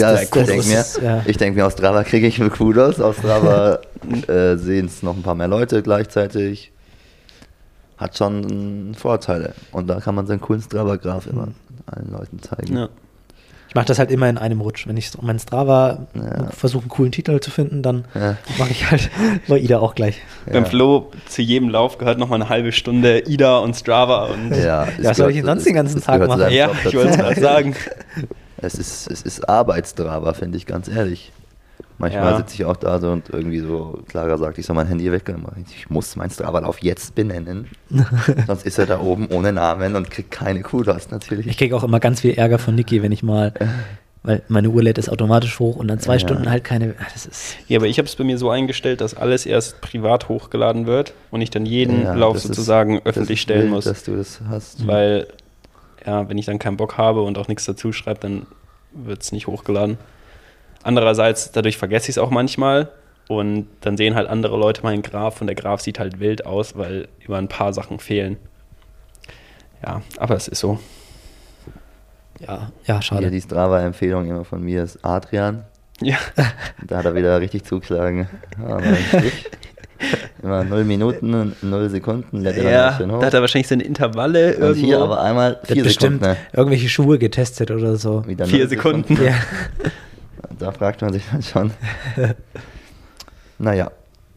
ich denke mir, aus Strava kriege ich nur Kudos, aus Strava sehen es noch ein paar mehr Leute gleichzeitig. Hat schon Vorteile. Und da kann man seinen coolen Strava-Graph immer allen Leuten zeigen. Ja. Ich mache das halt immer in einem Rutsch. Wenn ich meinen Strava versuche, einen coolen Titel zu finden, dann mache ich halt bei Ida auch gleich. Beim Flo zu jedem Lauf gehört noch mal eine halbe Stunde Ida und Strava. Und was soll ich denn sonst den ganzen Tag machen? Ja, ich wollte es gerade sagen. Es ist Arbeitsstrava, finde ich, ganz ehrlich. Manchmal sitze ich auch da so und irgendwie so, Clara sagt, ich soll mein Handy wegnehmen. Ich muss meinen Strava-Lauf jetzt benennen. Sonst ist er da oben ohne Namen und kriegt keine Kudos natürlich. Ich kriege auch immer ganz viel Ärger von Niki, wenn ich mal, weil meine Uhr lädt es automatisch hoch und dann 2 Stunden halt keine. Das ist. Ja, aber ich habe es bei mir so eingestellt, dass alles erst privat hochgeladen wird und ich dann jeden Lauf sozusagen öffentlich stellen muss. Dass du das hast. Weil, wenn ich dann keinen Bock habe und auch nichts dazu schreibe, dann wird es nicht hochgeladen. Andererseits, dadurch vergesse ich es auch manchmal und dann sehen halt andere Leute meinen Graph und der Graph sieht halt wild aus, weil immer ein paar Sachen fehlen. Ja, aber es ist so. Ja, schade. Hier die Strava-Empfehlung immer von mir ist Adrian. Ja. Da hat er wieder richtig zugeschlagen. Immer 0 Minuten und 0 Sekunden. Da hat er wahrscheinlich seine Intervalle und irgendwo. Hier aber einmal 4 Sekunden. Bestimmt irgendwelche Schuhe getestet oder so. Wieder 4 Sekunden. Ja. Da fragt man sich dann schon. Naja.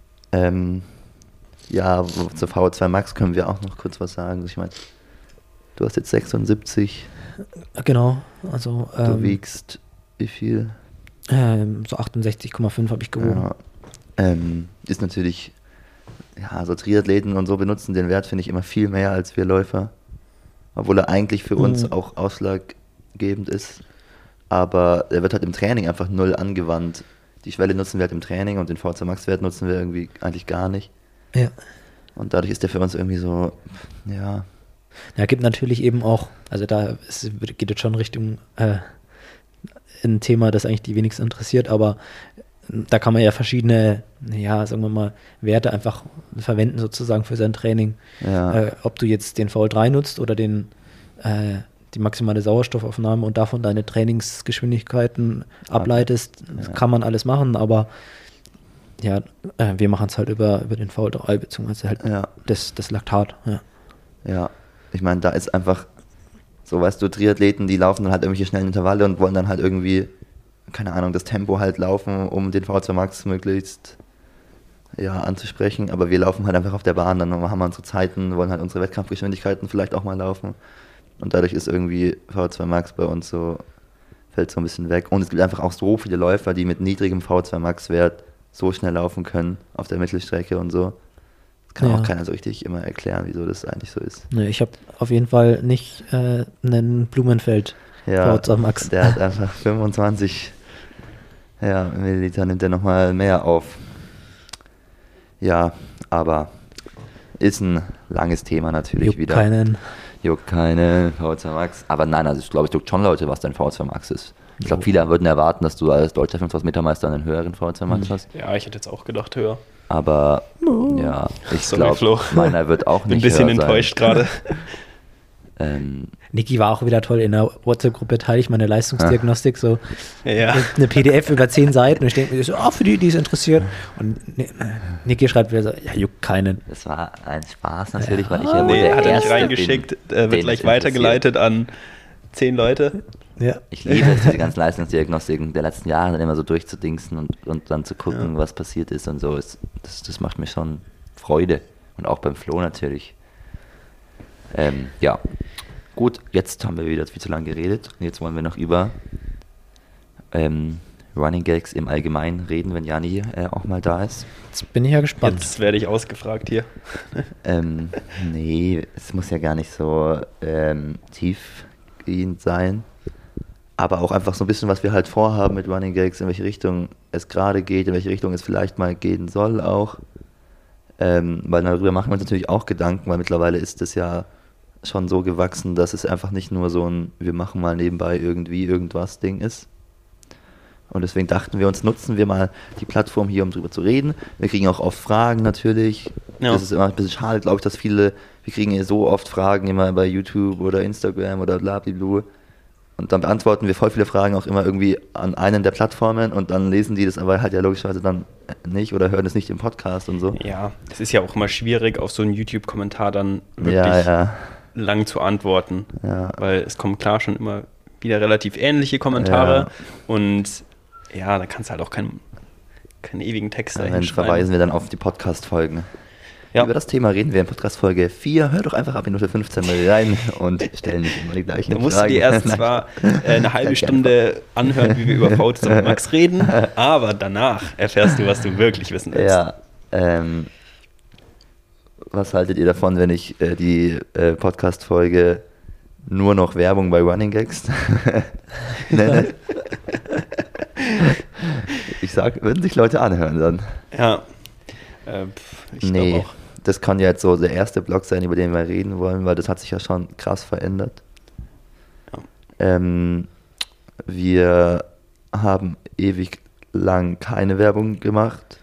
Zur VO2 Max können wir auch noch kurz was sagen. Ich meine, du hast jetzt 76. Genau. Also, du wiegst wie viel? So 68,5 habe ich gewogen. Ja. Ist natürlich, so Triathleten und so benutzen den Wert, finde ich, immer viel mehr als wir Läufer. Obwohl er eigentlich für uns auch ausschlaggebend ist. Aber er wird halt im Training einfach 0 angewandt. Die Schwelle nutzen wir halt im Training und den VO2 Max-Wert nutzen wir irgendwie eigentlich gar nicht. Ja. Und dadurch ist der für uns irgendwie so, Ja, gibt natürlich eben auch, also geht jetzt schon Richtung ein Thema, das eigentlich die wenigsten interessiert, aber da kann man ja verschiedene, sagen wir mal, Werte einfach verwenden sozusagen für sein Training. Ja. Ob du jetzt den VO3 nutzt oder die maximale Sauerstoffaufnahme und davon deine Trainingsgeschwindigkeiten ableitest, kann man alles machen, aber wir machen es halt über den VO3 beziehungsweise halt das Laktat. Ja, ich meine, da ist einfach so, weißt du, Triathleten, die laufen dann halt irgendwelche schnellen Intervalle und wollen dann halt irgendwie, keine Ahnung, das Tempo halt laufen, um den VO2 Max möglichst anzusprechen, aber wir laufen halt einfach auf der Bahn, dann haben wir unsere Zeiten, wollen halt unsere Wettkampfgeschwindigkeiten vielleicht auch mal laufen und dadurch ist irgendwie VO2 Max bei uns so, fällt so ein bisschen weg und es gibt einfach auch so viele Läufer, die mit niedrigem VO2 Max Wert so schnell laufen können auf der Mittelstrecke und so. Das kann auch keiner so richtig immer erklären, wieso das eigentlich so ist. Nee, ich habe auf jeden Fall nicht einen Blumenfeld VO2 Max. Der hat einfach 25 Milliliter, nimmt er nochmal mehr auf. Ja, aber ist ein langes Thema natürlich Juckt wieder. Keinen. juckt keine VO2 Max. Aber nein, also ich glaube, es juckt schon Leute, was dein VO2 Max ist. Ich glaube, viele würden erwarten, dass du als deutscher 500-Meter-Meister einen höheren VO2 Max hast. Ja, ich hätte jetzt auch gedacht höher. Aber ja, ich glaube, meiner wird auch nicht höher sein. Bin ein bisschen enttäuscht gerade. Niki war auch wieder toll in der WhatsApp-Gruppe, teile ich meine Leistungsdiagnostik, so eine PDF über 10 Seiten und ich denke mir so, für die es interessiert. Und Niki schreibt wieder so, ja, juckt keinen. Das war ein Spaß natürlich, weil ich ja wohl der hat er nicht reingeschickt, wird gleich weitergeleitet an 10 Leute. Ja. Ich liebe es, diese ganzen Leistungsdiagnostiken der letzten Jahre dann immer so durchzudingsen und dann zu gucken, was passiert ist und so. Das macht mir schon Freude. Und auch beim Flo natürlich. Ja. Gut, jetzt haben wir wieder viel zu lange geredet. Jetzt wollen wir noch über Running Gags im Allgemeinen reden, wenn Jani auch mal da ist. Jetzt bin ich ja gespannt. Jetzt werde ich ausgefragt hier. Nee, es muss ja gar nicht so tiefgehend sein. Aber auch einfach so ein bisschen, was wir halt vorhaben mit Running Gags, in welche Richtung es gerade geht, in welche Richtung es vielleicht mal gehen soll auch. Weil darüber machen wir uns natürlich auch Gedanken, weil mittlerweile ist es ja schon so gewachsen, dass es einfach nicht nur so ein wir machen mal nebenbei irgendwie irgendwas Ding ist. Und deswegen dachten wir uns, nutzen wir mal die Plattform hier, um drüber zu reden. Wir kriegen auch oft Fragen natürlich. Ja. Das ist immer ein bisschen schade, glaube ich, dass wir kriegen ja so oft Fragen immer bei YouTube oder Instagram oder blablabla. Und dann beantworten wir voll viele Fragen auch immer irgendwie an einen der Plattformen und dann lesen die das aber halt ja logischerweise dann nicht oder hören es nicht im Podcast und so. Ja, es ist ja auch immer schwierig, auf so einen YouTube-Kommentar dann wirklich lang zu antworten. Ja. Weil es kommen klar schon immer wieder relativ ähnliche Kommentare und ja, da kannst du halt auch keinen ewigen Text dahin schreiben. Verweisen wir dann auf die Podcast-Folgen. Ja. Über das Thema reden wir in Podcast-Folge 4. Hör doch einfach ab Minute 15 mal rein und stellen nicht immer die gleichen Fragen. Da musst du dir erst zwar eine halbe Stunde anhören, wie wir über VO2 Max reden, aber danach erfährst du, was du wirklich wissen willst. Ja, was haltet ihr davon, wenn ich die Podcast-Folge nur noch Werbung bei Running Gags nenne? Ich sag, würden sich Leute anhören dann. Ja. Ich glaube auch. Das kann ja jetzt so der erste Blog sein, über den wir reden wollen, weil das hat sich ja schon krass verändert. Ja. Wir haben ewig lang keine Werbung gemacht.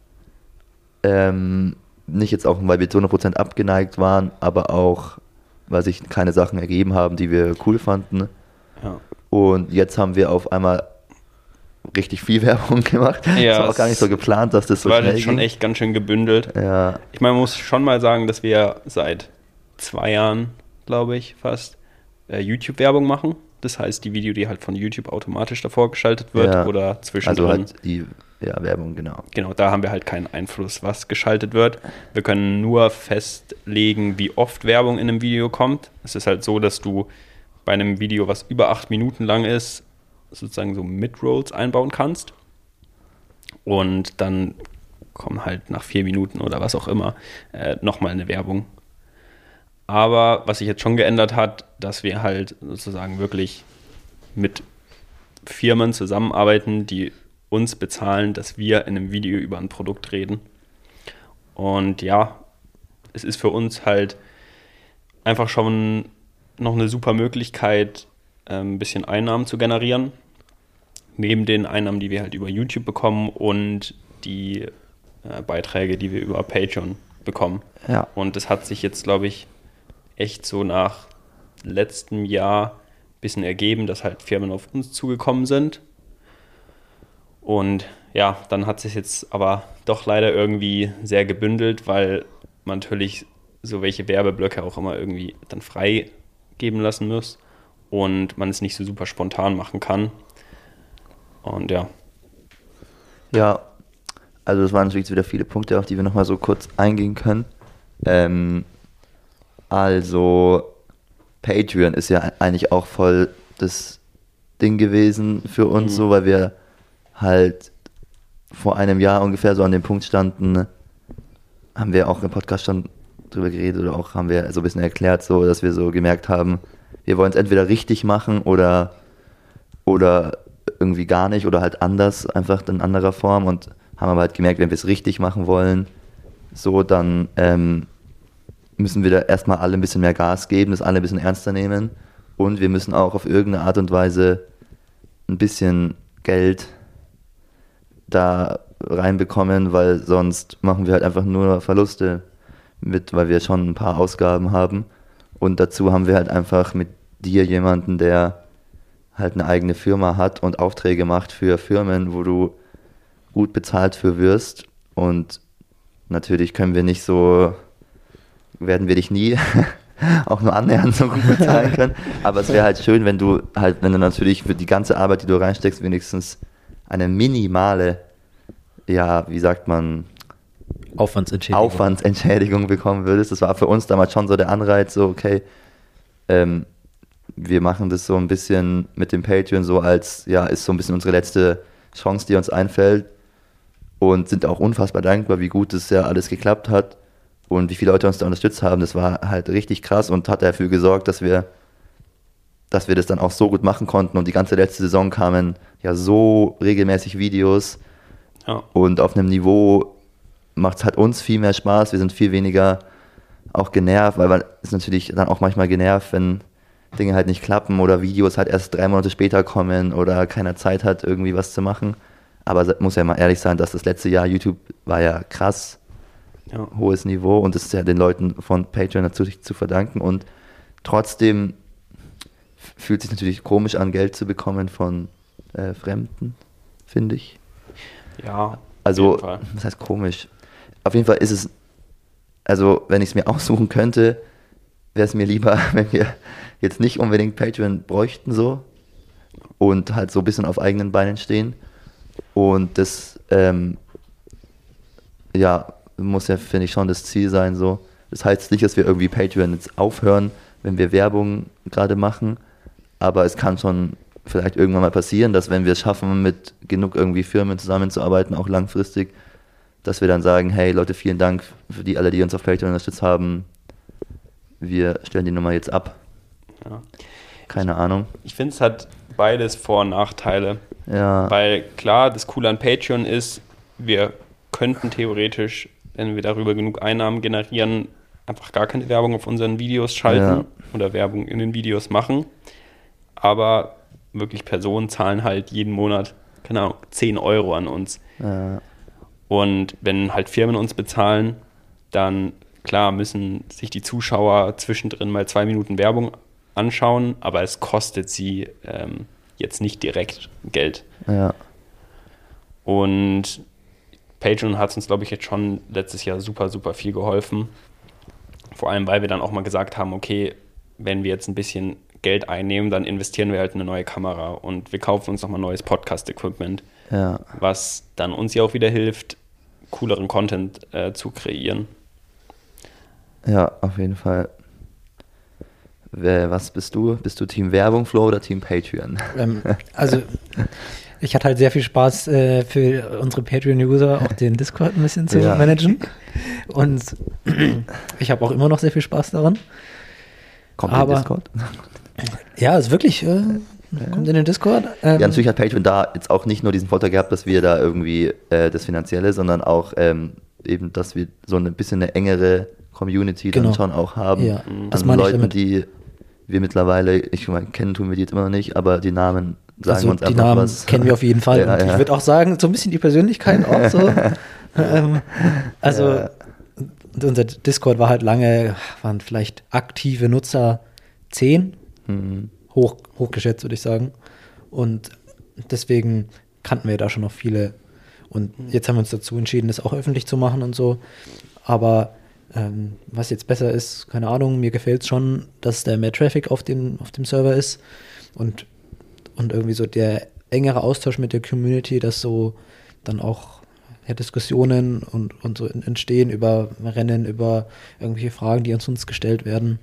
Nicht jetzt auch, weil wir zu 100% abgeneigt waren, aber auch, weil sich keine Sachen ergeben haben, die wir cool fanden. Ja. Und jetzt haben wir auf einmal richtig viel Werbung gemacht. Ja, das war auch gar nicht so geplant, dass das so schnell ging. War schon echt ganz schön gebündelt. Ja. Ich meine, man muss schon mal sagen, dass wir seit 2 Jahren, glaube ich, fast YouTube-Werbung machen. Das heißt, die Video, die halt von YouTube automatisch davor geschaltet wird oder zwischendrin. Also halt die Werbung, genau. Genau, da haben wir halt keinen Einfluss, was geschaltet wird. Wir können nur festlegen, wie oft Werbung in einem Video kommt. Es ist halt so, dass du bei einem Video, was über 8 Minuten lang ist, sozusagen so Mid-Rolls einbauen kannst und dann kommen halt nach 4 Minuten oder was auch immer nochmal eine Werbung. Aber was sich jetzt schon geändert hat, dass wir halt sozusagen wirklich mit Firmen zusammenarbeiten, die uns bezahlen, dass wir in einem Video über ein Produkt reden. Und ja, es ist für uns halt einfach schon noch eine super Möglichkeit, ein bisschen Einnahmen zu generieren, neben den Einnahmen, die wir halt über YouTube bekommen und die Beiträge, die wir über Patreon bekommen. Ja. Und das hat sich jetzt, glaube ich, echt so nach letztem Jahr ein bisschen ergeben, dass halt Firmen auf uns zugekommen sind. Und ja, dann hat sich jetzt aber doch leider irgendwie sehr gebündelt, weil man natürlich so welche Werbeblöcke auch immer irgendwie dann freigeben lassen muss. Und man es nicht so super spontan machen kann. Und ja. Ja, also das waren natürlich wieder viele Punkte, auf die wir nochmal so kurz eingehen können. Also Patreon ist ja eigentlich auch voll das Ding gewesen für uns, so, weil wir halt vor einem Jahr ungefähr so an dem Punkt standen, haben wir auch im Podcast schon drüber geredet oder auch haben wir so ein bisschen erklärt, so, dass wir so gemerkt haben, wir wollen es entweder richtig machen oder irgendwie gar nicht oder halt anders, einfach in anderer Form und haben aber halt gemerkt, wenn wir es richtig machen wollen, so dann müssen wir da erstmal alle ein bisschen mehr Gas geben, das alle ein bisschen ernster nehmen und wir müssen auch auf irgendeine Art und Weise ein bisschen Geld da reinbekommen, weil sonst machen wir halt einfach nur Verluste mit, weil wir schon ein paar Ausgaben haben und dazu haben wir halt einfach mit dir jemanden, der halt eine eigene Firma hat und Aufträge macht für Firmen, wo du gut bezahlt für wirst und natürlich werden wir dich nie auch nur annähernd so gut bezahlen können, aber es wäre halt schön, wenn du natürlich für die ganze Arbeit, die du reinsteckst, wenigstens eine minimale, ja, wie sagt man, Aufwandsentschädigung bekommen würdest. Das war für uns damals schon so der Anreiz, so okay, wir machen das so ein bisschen mit dem Patreon so als, ja, ist so ein bisschen unsere letzte Chance, die uns einfällt und sind auch unfassbar dankbar, wie gut das ja alles geklappt hat und wie viele Leute uns da unterstützt haben. Das war halt richtig krass und hat dafür gesorgt, dass wir das dann auch so gut machen konnten und die ganze letzte Saison kamen ja so regelmäßig Videos und auf einem Niveau macht es halt uns viel mehr Spaß, wir sind viel weniger auch genervt, weil man ist natürlich dann auch manchmal genervt, wenn Dinge halt nicht klappen oder Videos halt erst 3 Monate später kommen oder keiner Zeit hat, irgendwie was zu machen. Aber muss ja mal ehrlich sein, dass das letzte Jahr YouTube war ja krass hohes Niveau und das ist ja den Leuten von Patreon natürlich zu verdanken und trotzdem fühlt sich natürlich komisch an, Geld zu bekommen von Fremden, finde ich. Ja, also, was heißt komisch? Auf jeden Fall ist es, also wenn ich es mir aussuchen könnte, wäre es mir lieber, wenn wir jetzt nicht unbedingt Patreon bräuchten so und halt so ein bisschen auf eigenen Beinen stehen. Und das, muss ja, finde ich, schon das Ziel sein so. Das heißt nicht, dass wir irgendwie Patreon jetzt aufhören, wenn wir Werbung gerade machen, aber es kann schon vielleicht irgendwann mal passieren, dass wenn wir es schaffen, mit genug irgendwie Firmen zusammenzuarbeiten, auch langfristig, dass wir dann sagen, hey Leute, vielen Dank für alle, die uns auf Patreon unterstützt haben. Wir stellen die Nummer jetzt ab. Ja. Keine Ahnung. Ich finde, es hat beides Vor- und Nachteile. Ja. Weil klar, das Coole an Patreon ist, wir könnten theoretisch, wenn wir darüber genug Einnahmen generieren, einfach gar keine Werbung auf unseren Videos schalten oder Werbung in den Videos machen. Aber wirklich Personen zahlen halt jeden Monat, keine Ahnung, 10 Euro an uns. Ja. Und wenn halt Firmen uns bezahlen, dann klar müssen sich die Zuschauer zwischendrin mal 2 Minuten Werbung anschauen, aber es kostet sie jetzt nicht direkt Geld. Ja. Und Patreon hat uns, glaube ich, jetzt schon letztes Jahr super, super viel geholfen. Vor allem, weil wir dann auch mal gesagt haben, okay, wenn wir jetzt ein bisschen Geld einnehmen, dann investieren wir halt in eine neue Kamera und wir kaufen uns nochmal neues Podcast-Equipment, was dann uns ja auch wieder hilft, cooleren Content zu kreieren. Ja, auf jeden Fall. Was bist du? Bist du Team Werbung, Flo, oder Team Patreon? Also ich hatte halt sehr viel Spaß für unsere Patreon-User auch den Discord ein bisschen zu managen und ich habe auch immer noch sehr viel Spaß daran. Kommt in den Discord? Ja, ist wirklich, kommt in den Discord. Ja, natürlich hat Patreon da jetzt auch nicht nur diesen Vorteil gehabt, dass wir da irgendwie das Finanzielle, sondern auch eben, dass wir so ein bisschen eine engere Community dann schon auch haben. Ja, das an Leuten, die wir mittlerweile, ich meine, kennen tun wir die jetzt immer noch nicht, aber die Namen sagen uns einfach Namen was. Kennen wir auf jeden Fall. Und ich würde auch sagen, so ein bisschen die Persönlichkeiten auch so. Unser Discord war halt waren vielleicht aktive Nutzer 10, hochgeschätzt würde ich sagen. Und deswegen kannten wir da schon noch viele. Und jetzt haben wir uns dazu entschieden, das auch öffentlich zu machen und so. Aber was jetzt besser ist, keine Ahnung, mir gefällt es schon, dass da mehr Traffic auf dem Server ist und irgendwie so der engere Austausch mit der Community, dass so dann auch Diskussionen und so entstehen über Rennen, über irgendwelche Fragen, die uns gestellt werden.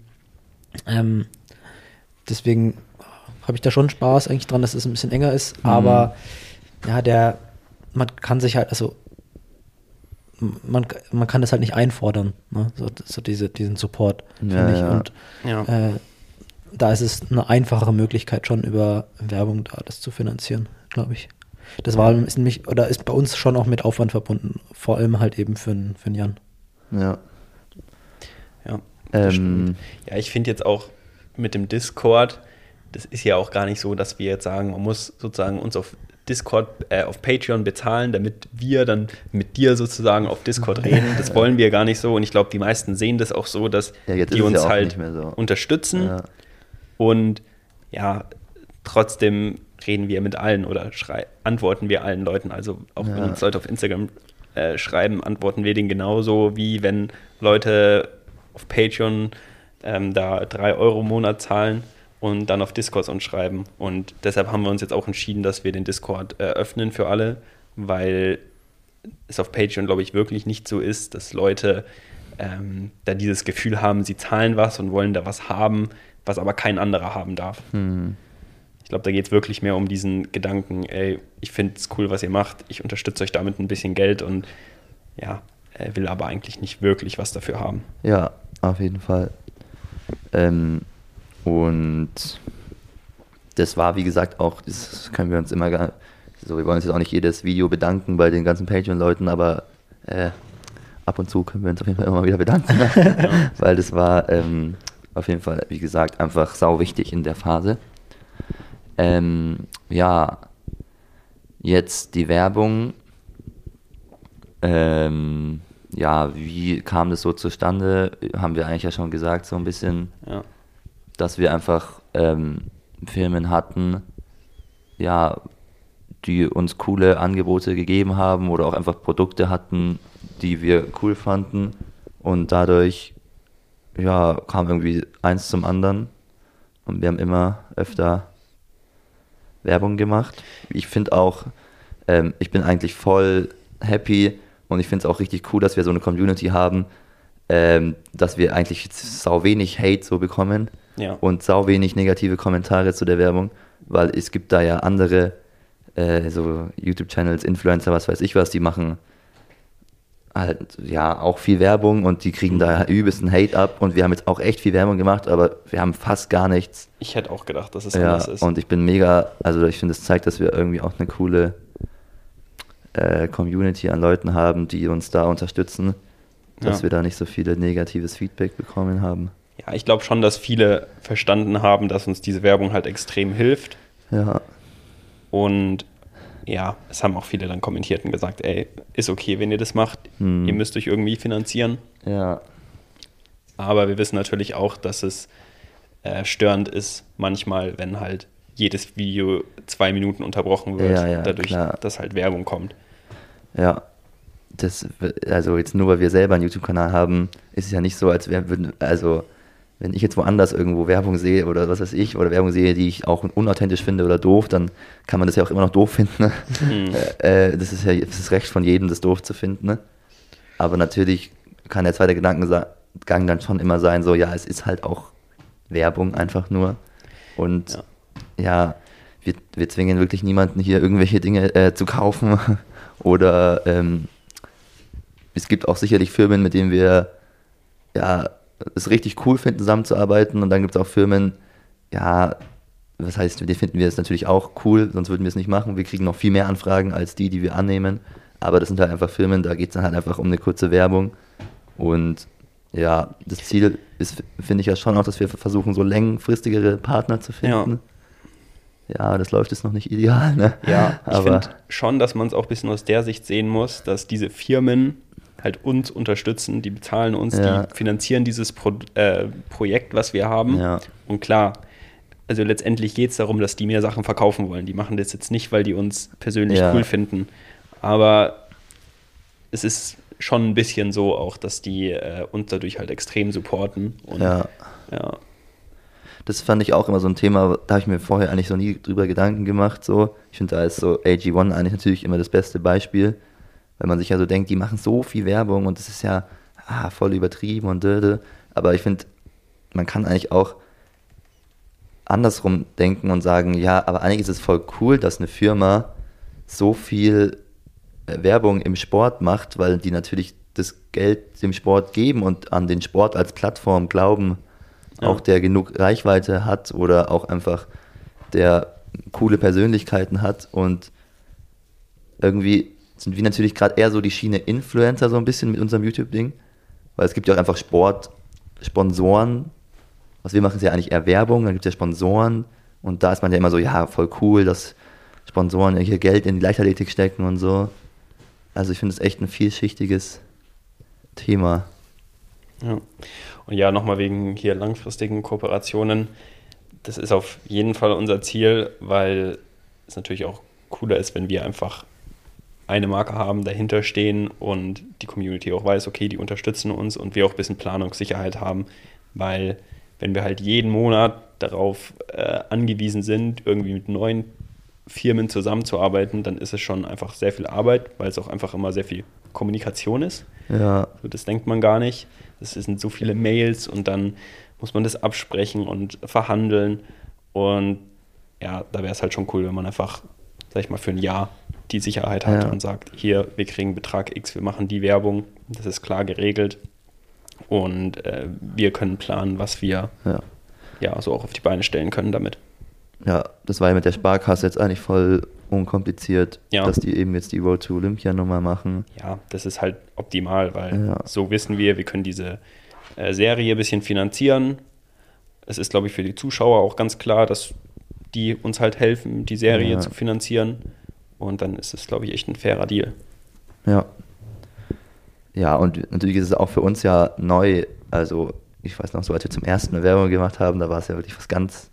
Deswegen habe ich da schon Spaß eigentlich dran, dass es ein bisschen enger ist, aber ja, man kann sich halt, also man kann das halt nicht einfordern, ne? so diesen Support, finde ich. Und da ist es eine einfachere Möglichkeit, schon über Werbung da das zu finanzieren, glaube ich. Das ist bei uns schon auch mit Aufwand verbunden, vor allem halt eben für Jan. Ja. Ja, Ja, ich finde jetzt auch mit dem Discord, das ist ja auch gar nicht so, dass wir jetzt sagen, man muss sozusagen uns auf Discord, auf Patreon bezahlen, damit wir dann mit dir sozusagen auf Discord reden. Das wollen wir gar nicht so. Und ich glaube, die meisten sehen das auch so, dass die uns halt unterstützen. Ja. Und ja, trotzdem reden wir mit allen oder antworten wir allen Leuten. Also auch wenn uns Leute auf Instagram schreiben, antworten wir denen genauso, wie wenn Leute auf Patreon da 3 Euro im Monat zahlen und dann auf Discord uns schreiben. Und deshalb haben wir uns jetzt auch entschieden, dass wir den Discord öffnen für alle, weil es auf Patreon, glaube ich, wirklich nicht so ist, dass Leute da dieses Gefühl haben, sie zahlen was und wollen da was haben, was aber kein anderer haben darf. Ich glaube, da geht es wirklich mehr um diesen Gedanken, ey, ich finde es cool, was ihr macht, ich unterstütze euch damit ein bisschen Geld und ja, will aber eigentlich nicht wirklich was dafür haben. Ja, auf jeden Fall. Und das war, wie gesagt, auch, das können wir uns immer so, wir wollen uns jetzt auch nicht jedes Video bedanken bei den ganzen Patreon-Leuten, aber ab und zu können wir uns auf jeden Fall immer mal wieder bedanken, weil das war auf jeden Fall, wie gesagt, einfach sau wichtig in der Phase. Ja, jetzt die Werbung. Ja, wie kam das so zustande? Haben wir eigentlich ja schon gesagt, so ein bisschen, dass wir einfach Firmen hatten, ja, die uns coole Angebote gegeben haben oder auch einfach Produkte hatten, die wir cool fanden und dadurch, ja, kam irgendwie eins zum anderen und wir haben immer öfter Werbung gemacht. Ich finde auch, ich bin eigentlich voll happy und ich finde es auch richtig cool, dass wir so eine Community haben, dass wir eigentlich sau wenig Hate so bekommen und sau wenig negative Kommentare zu der Werbung, weil es gibt da ja andere so YouTube-Channels, Influencer, was weiß ich was, die machen halt ja auch viel Werbung und die kriegen da übelsten Hate ab und wir haben jetzt auch echt viel Werbung gemacht, aber wir haben fast gar nichts. Ich hätte auch gedacht, dass es anders ist. Und ich bin mega, also ich finde, es zeigt, dass wir irgendwie auch eine coole Community an Leuten haben, die uns da unterstützen, dass wir da nicht so viele negatives Feedback bekommen haben. Ja, ich glaube schon, dass viele verstanden haben, dass uns diese Werbung halt extrem hilft. Ja. Und ja, es haben auch viele dann kommentiert und gesagt, ey, ist okay, wenn ihr das macht, ihr müsst euch irgendwie finanzieren. Ja. Aber wir wissen natürlich auch, dass es störend ist manchmal, wenn halt jedes Video 2 Minuten unterbrochen wird, dadurch, dass halt Werbung kommt. Ja, also jetzt nur, weil wir selber einen YouTube-Kanal haben, ist es ja nicht so, als also wenn ich jetzt woanders irgendwo Werbung sehe oder was weiß ich, oder Werbung sehe, die ich auch unauthentisch finde oder doof, dann kann man das ja auch immer noch doof finden. Das ist das Recht von jedem, das doof zu finden. Ne? Aber natürlich kann der zweite Gedankengang dann schon immer sein, so, ja, es ist halt auch Werbung einfach nur. Und ja, wir zwingen wirklich niemanden hier irgendwelche Dinge zu kaufen. Oder es gibt auch sicherlich Firmen, mit denen wir es richtig cool finden, zusammenzuarbeiten. Und dann gibt es auch Firmen, was heißt, die finden wir es natürlich auch cool, sonst würden wir es nicht machen. Wir kriegen noch viel mehr Anfragen als die wir annehmen. Aber das sind halt einfach Firmen, da geht es dann halt einfach um eine kurze Werbung. Und ja, das Ziel ist, finde ich ja schon auch, dass wir versuchen, so längerfristigere Partner zu finden. Ja, das läuft jetzt noch nicht ideal, ne? Ja, ich finde schon, dass man es auch ein bisschen aus der Sicht sehen muss, dass diese Firmen halt uns unterstützen, die bezahlen uns, die finanzieren dieses Projekt, was wir haben. Ja. Und klar, also letztendlich geht es darum, dass die mehr Sachen verkaufen wollen. Die machen das jetzt nicht, weil die uns persönlich cool finden. Aber es ist schon ein bisschen so auch, dass die uns dadurch halt extrem supporten. Und, das fand ich auch immer so ein Thema, da habe ich mir vorher eigentlich so nie drüber Gedanken gemacht. So. Ich finde, da ist so AG1 eigentlich natürlich immer das beste Beispiel, weil man sich ja so denkt, die machen so viel Werbung und das ist ja voll übertrieben und aber ich finde, man kann eigentlich auch andersrum denken und sagen, ja, aber eigentlich ist es voll cool, dass eine Firma so viel Werbung im Sport macht, weil die natürlich das Geld dem Sport geben und an den Sport als Plattform glauben, auch der genug Reichweite hat oder auch einfach der coole Persönlichkeiten hat. Und irgendwie sind wir natürlich gerade eher so die Schiene Influencer so ein bisschen mit unserem YouTube-Ding, weil es gibt ja auch einfach Sponsoren, was wir machen, ist ja eigentlich eher Werbung, dann gibt es ja Sponsoren und da ist man ja immer so, ja, voll cool, dass Sponsoren hier Geld in die Leichtathletik stecken und so. Also ich finde es echt ein vielschichtiges Thema. Ja. Und ja, nochmal wegen hier langfristigen Kooperationen, das ist auf jeden Fall unser Ziel, weil es natürlich auch cooler ist, wenn wir einfach eine Marke haben, dahinter stehen und die Community auch weiß, okay, die unterstützen uns und wir auch ein bisschen Planungssicherheit haben, weil wenn wir halt jeden Monat darauf angewiesen sind, irgendwie mit neuen Firmen zusammenzuarbeiten, dann ist es schon einfach sehr viel Arbeit, weil es auch einfach immer sehr viel Kommunikation ist. Ja. So, das denkt man gar nicht. Es sind so viele Mails und dann muss man das absprechen und verhandeln. Und ja, da wäre es halt schon cool, wenn man einfach, sag ich mal, für ein Jahr die Sicherheit hat und sagt, hier, wir kriegen Betrag X, wir machen die Werbung, das ist klar geregelt. Und wir können planen, was wir so auch auf die Beine stellen können damit. Ja, das war ja mit der Sparkasse jetzt eigentlich voll unkompliziert, dass die eben jetzt die Road to Olympia nochmal machen. Ja, das ist halt optimal, weil so wissen wir können diese Serie ein bisschen finanzieren. Es ist, glaube ich, für die Zuschauer auch ganz klar, dass die uns halt helfen, die Serie zu finanzieren. Und dann ist es, glaube ich, echt ein fairer Deal. Ja. Ja, und natürlich ist es auch für uns ja neu. Also, ich weiß noch, so als wir zum ersten Mal Werbung gemacht haben, da war es ja wirklich was ganz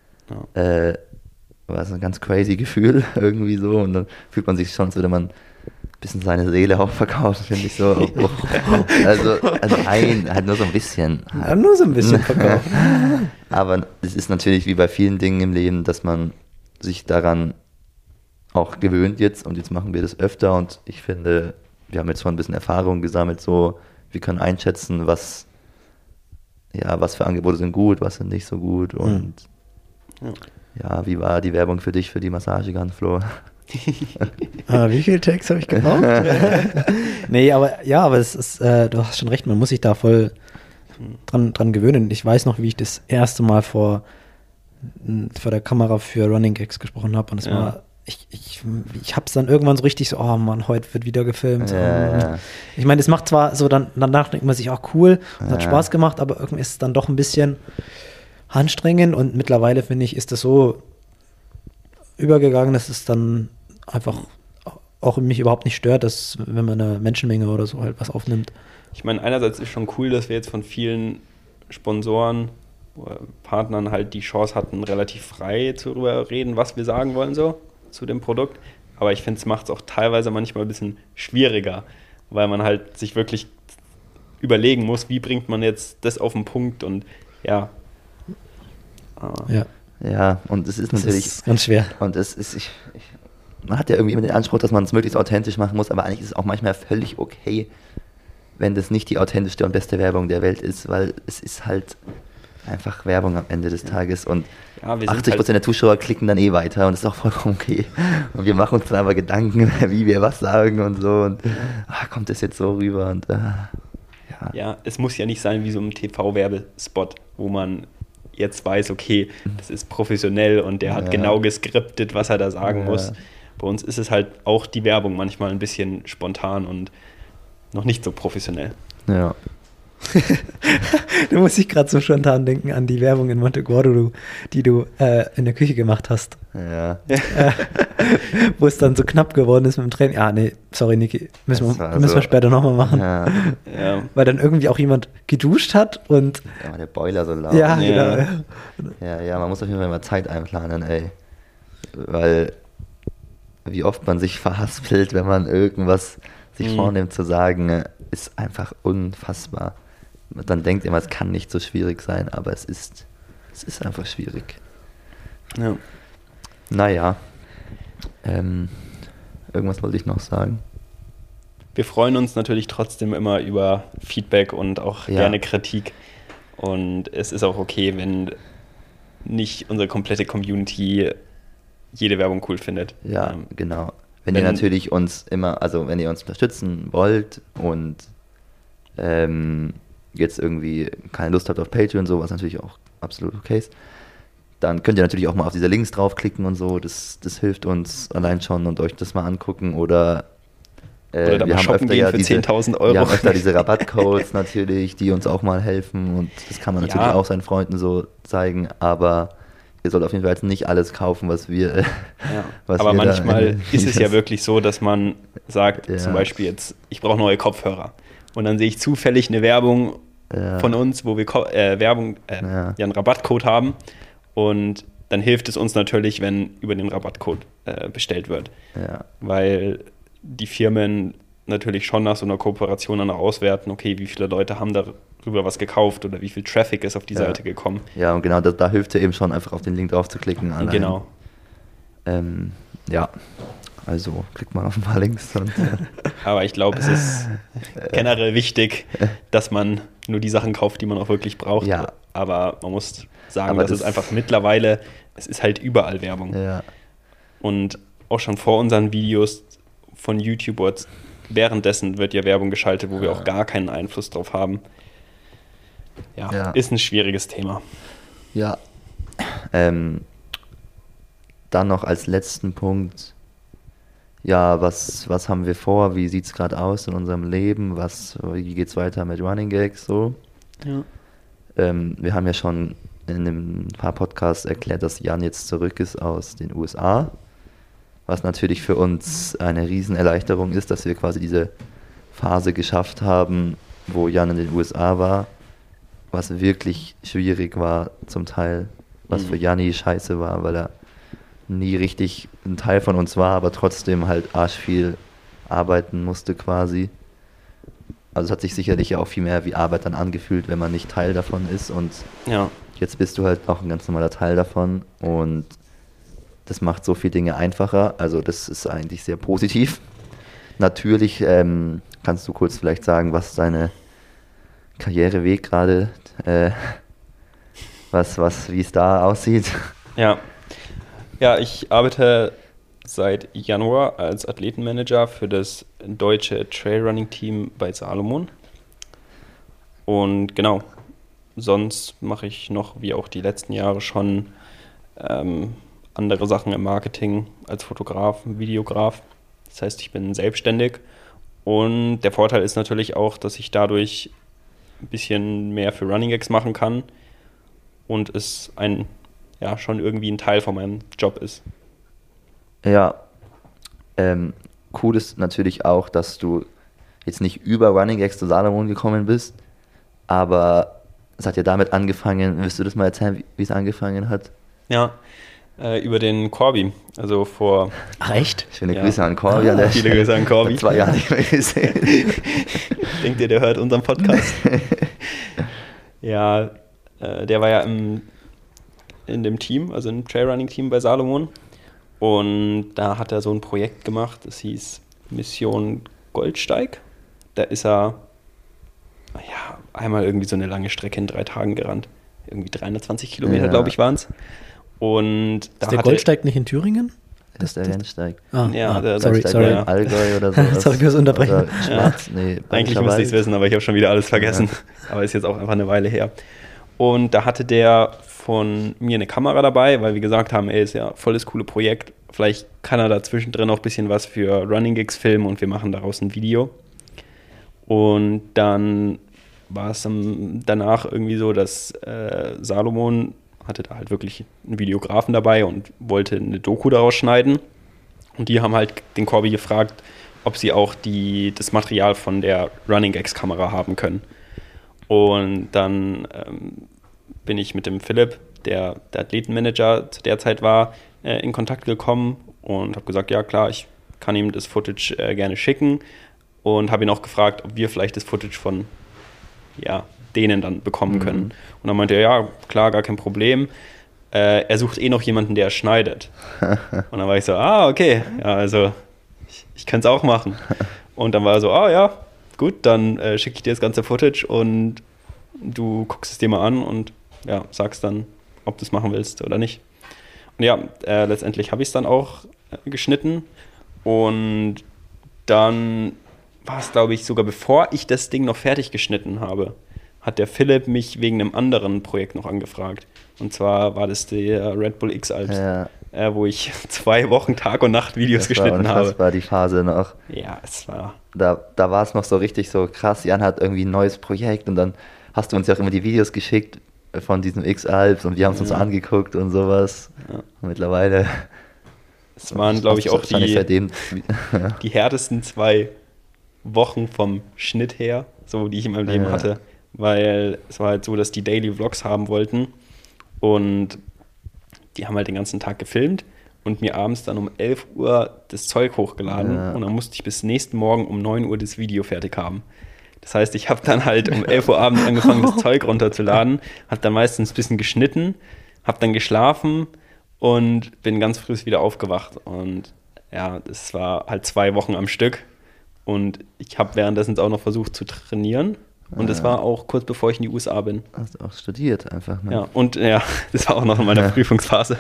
war es ein ganz crazy Gefühl irgendwie so und dann fühlt man sich schon, als würde man ein bisschen seine Seele auch verkaufen, finde ich so. Also nein, halt nur so ein bisschen. Ja, nur so ein bisschen verkaufen. Aber es ist natürlich wie bei vielen Dingen im Leben, dass man sich daran auch gewöhnt jetzt und jetzt machen wir das öfter und ich finde, wir haben jetzt schon ein bisschen Erfahrung gesammelt, so wir können einschätzen, was für Angebote sind gut, was sind nicht so gut und ja, wie war die Werbung für dich, für die Massagegun, Flo? Wie viel Text habe ich gebraucht? Nee, aber es ist, du hast schon recht, man muss sich da voll dran gewöhnen. Ich weiß noch, wie ich das erste Mal vor der Kamera für Running Gags gesprochen habe und es war, ich habe es dann irgendwann so richtig so, oh Mann, heute wird wieder gefilmt. Ich meine, es macht zwar so, danach denkt man sich auch cool und hat Spaß gemacht, aber irgendwie ist es dann doch ein bisschen anstrengend und mittlerweile, finde ich, ist das so übergegangen, dass es dann einfach auch mich überhaupt nicht stört, dass wenn man eine Menschenmenge oder so halt was aufnimmt. Ich meine, einerseits ist schon cool, dass wir jetzt von vielen Sponsoren oder Partnern halt die Chance hatten, relativ frei darüber reden, was wir sagen wollen so zu dem Produkt, aber ich finde, es macht es auch teilweise manchmal ein bisschen schwieriger, weil man halt sich wirklich überlegen muss, wie bringt man jetzt das auf den Punkt und Ja, und es ist natürlich... Das ist ganz schwer. Und es ist... man hat ja irgendwie immer den Anspruch, dass man es möglichst authentisch machen muss, aber eigentlich ist es auch manchmal völlig okay, wenn das nicht die authentischste und beste Werbung der Welt ist, weil es ist halt einfach Werbung am Ende des Tages und 80% der Zuschauer klicken dann weiter und das ist auch vollkommen okay. Und wir machen uns dann aber Gedanken, wie wir was sagen und so und kommt das jetzt so rüber und Ja, es muss ja nicht sein wie so ein TV-Werbespot, wo man jetzt weiß, okay, das ist professionell und der hat genau geskriptet, was er da sagen muss. Bei uns ist es halt auch die Werbung manchmal ein bisschen spontan und noch nicht so professionell. Ja. Da muss ich gerade so spontan denken an die Werbung in Monteguardo, die du in der Küche gemacht hast. Ja. Wo es dann so knapp geworden ist mit dem Training. Nee, sorry, Niki, müssen wir später nochmal machen. Ja. Weil dann irgendwie auch jemand geduscht hat und... Ja, der Boiler so laut. Ja, genau. Ja, man muss auf jeden Fall mal Zeit einplanen, Weil wie oft man sich verhaspelt, wenn man irgendwas sich vornimmt zu sagen, ist einfach unfassbar. Dann denkt immer, es kann nicht so schwierig sein, aber es ist einfach schwierig. Ja. Naja. Irgendwas wollte ich noch sagen. Wir freuen uns natürlich trotzdem immer über Feedback und auch gerne Kritik. Und es ist auch okay, wenn nicht unsere komplette Community jede Werbung cool findet. Ja, genau. Wenn ihr natürlich uns immer, also wenn ihr uns unterstützen wollt und jetzt irgendwie keine Lust habt auf Patreon, so, was natürlich auch absolut okay ist, dann könnt ihr natürlich auch mal auf diese Links draufklicken und so, das hilft uns allein schon und euch das mal angucken oder Oder da mal shoppen gehen für 10.000 Euro. Wir haben öfter diese Rabattcodes natürlich, die uns auch mal helfen und das kann man natürlich auch seinen Freunden so zeigen, aber ihr sollt auf jeden Fall jetzt nicht alles kaufen, was wir aber manchmal ist es ja wirklich so, dass man sagt, zum Beispiel jetzt, ich brauche neue Kopfhörer und dann sehe ich zufällig eine Werbung von uns, wo wir einen Rabattcode haben und dann hilft es uns natürlich, wenn über den Rabattcode bestellt wird. Ja. Weil die Firmen natürlich schon nach so einer Kooperation dann auch auswerten, okay, wie viele Leute haben darüber was gekauft oder wie viel Traffic ist auf die Seite gekommen. Ja, und genau, da hilft es eben schon, einfach auf den Link drauf zu klicken. Allein. Genau. Also klickt mal auf ein paar Links. Und, Aber ich glaube, es ist generell wichtig, dass man nur die Sachen kauft, die man auch wirklich braucht. Ja. Aber man muss sagen, dass es einfach mittlerweile, es ist halt überall Werbung. Ja. Und auch schon vor unseren Videos von YouTube, währenddessen wird ja Werbung geschaltet, wo wir auch gar keinen Einfluss drauf haben. Ja, ist ein schwieriges Thema. Ja. Dann noch als letzten Punkt, was haben wir vor? Wie sieht es gerade aus in unserem Leben? Wie geht es weiter mit Running Gags? So? Ja. Wir haben ja schon in ein paar Podcasts erklärt, dass Jan jetzt zurück ist aus den USA. Was natürlich für uns eine Riesenerleichterung ist, dass wir quasi diese Phase geschafft haben, wo Jan in den USA war, was wirklich schwierig war zum Teil, was für Janni scheiße war, weil er nie richtig ein Teil von uns war, aber trotzdem halt arschviel arbeiten musste quasi. Also es hat sich sicherlich ja auch viel mehr wie Arbeit dann angefühlt, wenn man nicht Teil davon ist und jetzt bist du halt auch ein ganz normaler Teil davon und das macht so viele Dinge einfacher, also das ist eigentlich sehr positiv. Natürlich kannst du kurz vielleicht sagen, was deine Karriereweg gerade, wie es da aussieht. Ja, ich arbeite seit Januar als Athletenmanager für das deutsche Trailrunning-Team bei Salomon. Und genau, sonst mache ich noch, wie auch die letzten Jahre schon, andere Sachen im Marketing als Fotograf, Videograf. Das heißt, ich bin selbstständig und der Vorteil ist natürlich auch, dass ich dadurch ein bisschen mehr für Running Gags machen kann und es schon irgendwie ein Teil von meinem Job ist. Ja, cool ist natürlich auch, dass du jetzt nicht über Running Gags zu Salomon gekommen bist, aber es hat ja damit angefangen. Willst du das mal erzählen, wie es angefangen hat? Ja, über den Corby, also vor... Ach echt? Schöne Grüße an Corby. Viele Grüße an Corby. 2 Jahre nicht mehr gesehen. Denkt ihr, der hört unseren Podcast? Ja, der war ja in dem Team, also im Trailrunning-Team bei Salomon. Und da hat er so ein Projekt gemacht, das hieß Mission Goldsteig. Da ist er einmal irgendwie so eine lange Strecke in 3 Tagen gerannt. Irgendwie 320 Kilometer, glaube ich, waren es. Und da ist der Goldsteig nicht in Thüringen? Das ist der Rennsteig. Sorry. Im Allgäu oder so. Sorry fürs Unterbrechen. Eigentlich müsste ich es wissen, aber ich habe schon wieder alles vergessen. Ja. Aber ist jetzt auch einfach eine Weile her. Und da hatte der von mir eine Kamera dabei, weil wir gesagt haben, ist ja volles coole Projekt. Vielleicht kann er da zwischendrin auch ein bisschen was für Running Gigs filmen und wir machen daraus ein Video. Und dann war es danach irgendwie so, dass Salomon hatte da halt wirklich einen Videografen dabei und wollte eine Doku daraus schneiden. Und die haben halt den Corby gefragt, ob sie auch das Material von der Running Gags Kamera haben können. Und dann bin ich mit dem Philipp, der Athletenmanager zu der Zeit war, in Kontakt gekommen und habe gesagt, ja klar, ich kann ihm das Footage gerne schicken und habe ihn auch gefragt, ob wir vielleicht das Footage von denen dann bekommen können. Und dann meinte er, ja klar, gar kein Problem. Er sucht noch jemanden, der schneidet. Und dann war ich so, okay, ja, also ich kann es auch machen. Und dann war er so, ja, gut, dann schicke ich dir das ganze Footage und du guckst es dir mal an und sagst dann, ob du es machen willst oder nicht. Und letztendlich habe ich es dann auch geschnitten und dann war es, glaube ich, sogar bevor ich das Ding noch fertig geschnitten habe, hat der Philipp mich wegen einem anderen Projekt noch angefragt. Und zwar war das der Red Bull X-Alps. Ja. wo ich 2 Wochen Tag und Nacht Videos geschnitten habe. Das war die Phase noch. Ja, es war... Da war es noch so richtig so krass. Jan hat irgendwie ein neues Projekt und dann hast du uns ja auch immer die Videos geschickt von diesem X-Alps und wir haben es uns angeguckt und sowas. Ja. Und mittlerweile... Es waren, glaube ich, auch die härtesten 2 Wochen vom Schnitt her, so die ich in meinem Leben hatte. Weil es war halt so, dass die Daily Vlogs haben wollten und die haben halt den ganzen Tag gefilmt und mir abends dann um 11 Uhr das Zeug hochgeladen und dann musste ich bis nächsten Morgen um 9 Uhr das Video fertig haben. Das heißt, ich habe dann halt um 11 Uhr abends angefangen, das Zeug runterzuladen, habe dann meistens ein bisschen geschnitten, habe dann geschlafen und bin ganz früh wieder aufgewacht. Und ja, das war halt 2 Wochen am Stück und ich habe währenddessen auch noch versucht zu trainieren. Und das war auch kurz bevor ich in die USA bin. Hast du auch studiert einfach, ne? Ja, und das war auch noch in meiner Prüfungsphase.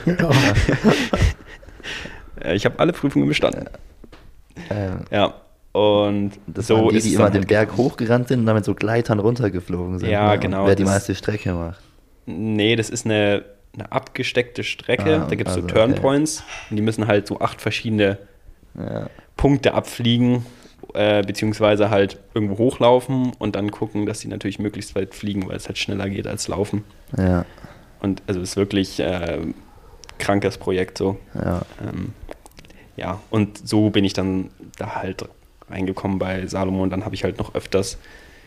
Ich habe alle Prüfungen bestanden. Ja, und das so waren ist die es immer dann den Berg hochgerannt sind und dann mit so Gleitern runtergeflogen sind. Ja, ne? genau. Und wer die meiste Strecke macht. Nee, das ist eine abgesteckte Strecke. Da gibt es so Turnpoints und die müssen halt so 8 verschiedene Punkte abfliegen. Beziehungsweise halt irgendwo hochlaufen und dann gucken, dass sie natürlich möglichst weit fliegen, weil es halt schneller geht als laufen. Ja. Und also es ist wirklich krankes Projekt so. Ja. Und so bin ich dann da halt reingekommen bei Salomon. Dann habe ich halt noch öfters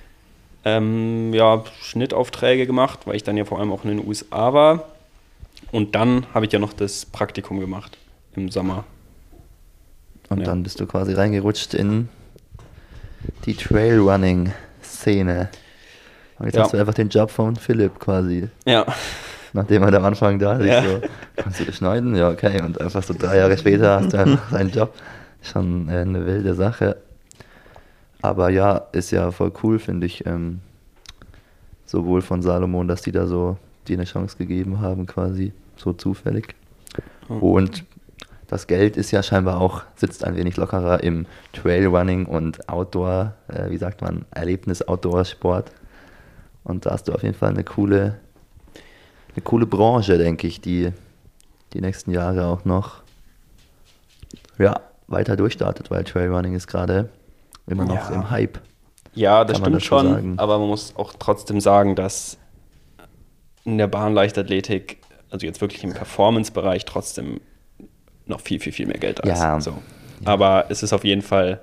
Schnittaufträge gemacht, weil ich dann ja vor allem auch in den USA war. Und dann habe ich ja noch das Praktikum gemacht im Sommer. Und dann bist du quasi reingerutscht in die Trailrunning-Szene. Und jetzt hast du einfach den Job von Philipp quasi. Ja. Nachdem er am Anfang da ist, so, kannst du das schneiden? Ja, okay. Und einfach so 3 Jahre später hast du einfach seinen Job. Schon eine wilde Sache. Aber ja, ist ja voll cool, finde ich. Sowohl von Salomon, dass die da so dir eine Chance gegeben haben, quasi so zufällig. Und das Geld ist ja scheinbar auch, sitzt ein wenig lockerer im Trailrunning und Outdoor, Erlebnis-Outdoor-Sport. Und da hast du auf jeden Fall eine coole Branche, denke ich, die nächsten Jahre auch noch weiter durchstartet, weil Trailrunning ist gerade immer noch im Hype. Ja, das stimmt schon, aber man muss auch trotzdem sagen, dass in der Bahnleichtathletik, also jetzt wirklich im Performance-Bereich, trotzdem noch viel, viel, viel mehr Geld da ist. So. Aber es ist auf jeden Fall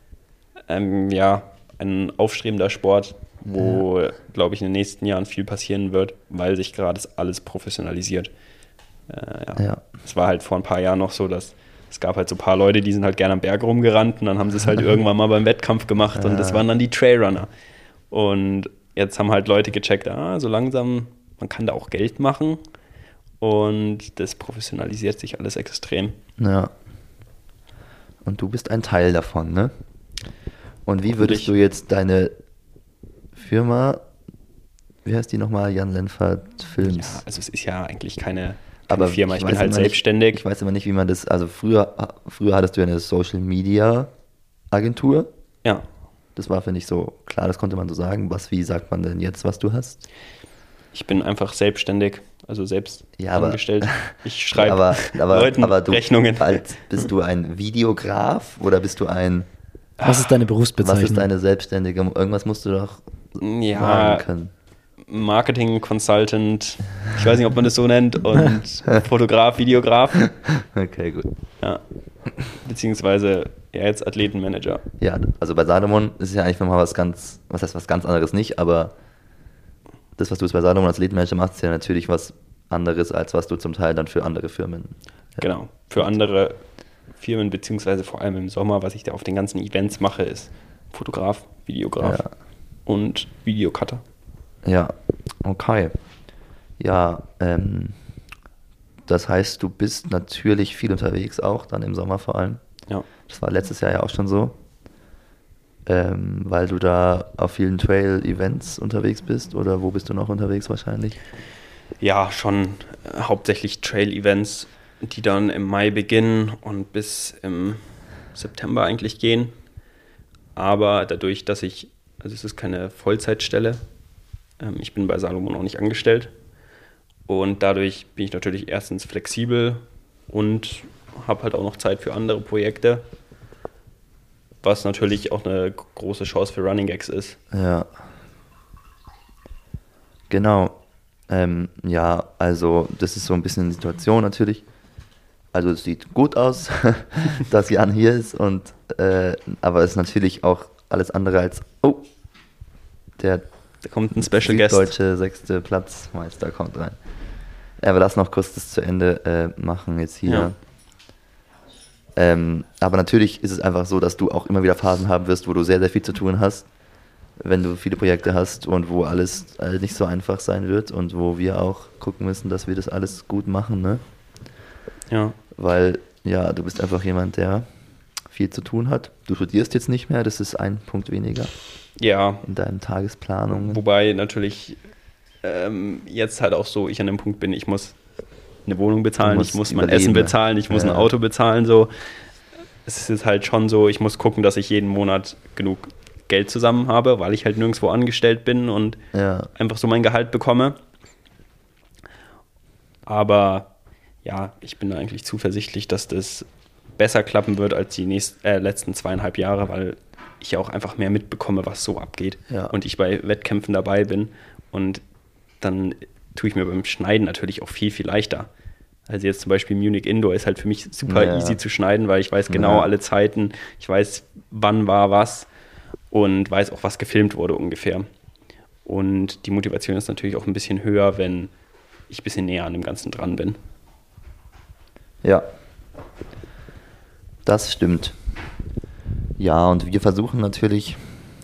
ein aufstrebender Sport, wo, glaube ich, in den nächsten Jahren viel passieren wird, weil sich gerade alles professionalisiert. Es war halt vor ein paar Jahren noch so, dass es gab halt so ein paar Leute, die sind halt gerne am Berg rumgerannt und dann haben sie es halt irgendwann mal beim Wettkampf gemacht und das waren dann die Trailrunner. Und jetzt haben halt Leute gecheckt, so langsam, man kann da auch Geld machen und das professionalisiert sich alles extrem. Ja. Und du bist ein Teil davon, ne? Und wie würdest du jetzt deine Firma, wie heißt die nochmal, Jan Lenfert Films? Ja, also es ist ja eigentlich keine aber Firma, ich bin halt selbstständig. Ich weiß immer nicht, wie man das, also früher hattest du ja eine Social Media Agentur. Ja. Das war, finde ich, so klar, das konnte man so sagen. Wie sagt man denn jetzt, was du hast? Ich bin einfach selbstständig, also selbst angestellt. Ich schreibe Leuten Rechnungen. Bist du ein Videograf oder bist du ein... Was ist deine Berufsbezeichnung? Was ist deine Selbstständige? Irgendwas musst du doch sagen können. Marketing Consultant, ich weiß nicht, ob man das so nennt, und Fotograf, Videograf. Okay, gut. Ja. Beziehungsweise jetzt Athletenmanager. Ja, also bei Salomon ist es ja eigentlich nochmal was ganz anderes nicht, aber das, was du jetzt bei Salomon als Athletenmanager machst, ist ja natürlich was anderes, als was du zum Teil dann für andere Firmen. Genau, für andere Firmen, beziehungsweise vor allem im Sommer, was ich da auf den ganzen Events mache, ist Fotograf, Videograf und Videocutter. Ja, okay. Ja, das heißt, du bist natürlich viel unterwegs auch, dann im Sommer vor allem. Ja. Das war letztes Jahr ja auch schon so, weil du da auf vielen Trail-Events unterwegs bist, oder wo bist du noch unterwegs wahrscheinlich? Ja, schon hauptsächlich Trail-Events, die dann im Mai beginnen und bis im September eigentlich gehen. Aber dadurch, dass es ist keine Vollzeitstelle, ich bin bei Salomon auch nicht angestellt und dadurch bin ich natürlich erstens flexibel und habe halt auch noch Zeit für andere Projekte, was natürlich auch eine große Chance für Running Gags ist. Ja. Genau. Ja, also das ist so ein bisschen die Situation natürlich. Also es sieht gut aus, dass Jan hier ist, aber es ist natürlich auch alles andere als, da kommt ein Special Guest. Deutsche 6. Platzmeister kommt rein. Aber lass noch kurz das zu Ende machen jetzt hier. Ja. Aber natürlich ist es einfach so, dass du auch immer wieder Phasen haben wirst, wo du sehr, sehr viel zu tun hast, wenn du viele Projekte hast und wo alles nicht so einfach sein wird und wo wir auch gucken müssen, dass wir das alles gut machen, ne? Ja. Weil, ja, du bist einfach jemand, der viel zu tun hat. Du studierst jetzt nicht mehr, das ist ein Punkt weniger. Ja. In deinen Tagesplanungen. Wobei natürlich jetzt halt auch so, ich an dem Punkt bin, ich muss eine Wohnung bezahlen, ich muss mein Essen bezahlen, ich muss ein Auto bezahlen, so. Es ist halt schon so, ich muss gucken, dass ich jeden Monat genug Geld zusammen habe, weil ich halt nirgendwo angestellt bin und einfach so mein Gehalt bekomme. Aber ja, ich bin eigentlich zuversichtlich, dass das besser klappen wird als die letzten 2,5 Jahre, weil ich ja auch einfach mehr mitbekomme, was so abgeht und ich bei Wettkämpfen dabei bin und dann tue ich mir beim Schneiden natürlich auch viel, viel leichter. Also jetzt zum Beispiel Munich Indoor ist halt für mich super easy zu schneiden, weil ich weiß genau alle Zeiten, ich weiß, wann war was und weiß auch, was gefilmt wurde ungefähr. Und die Motivation ist natürlich auch ein bisschen höher, wenn ich ein bisschen näher an dem Ganzen dran bin. Ja, das stimmt. Ja, und wir versuchen natürlich,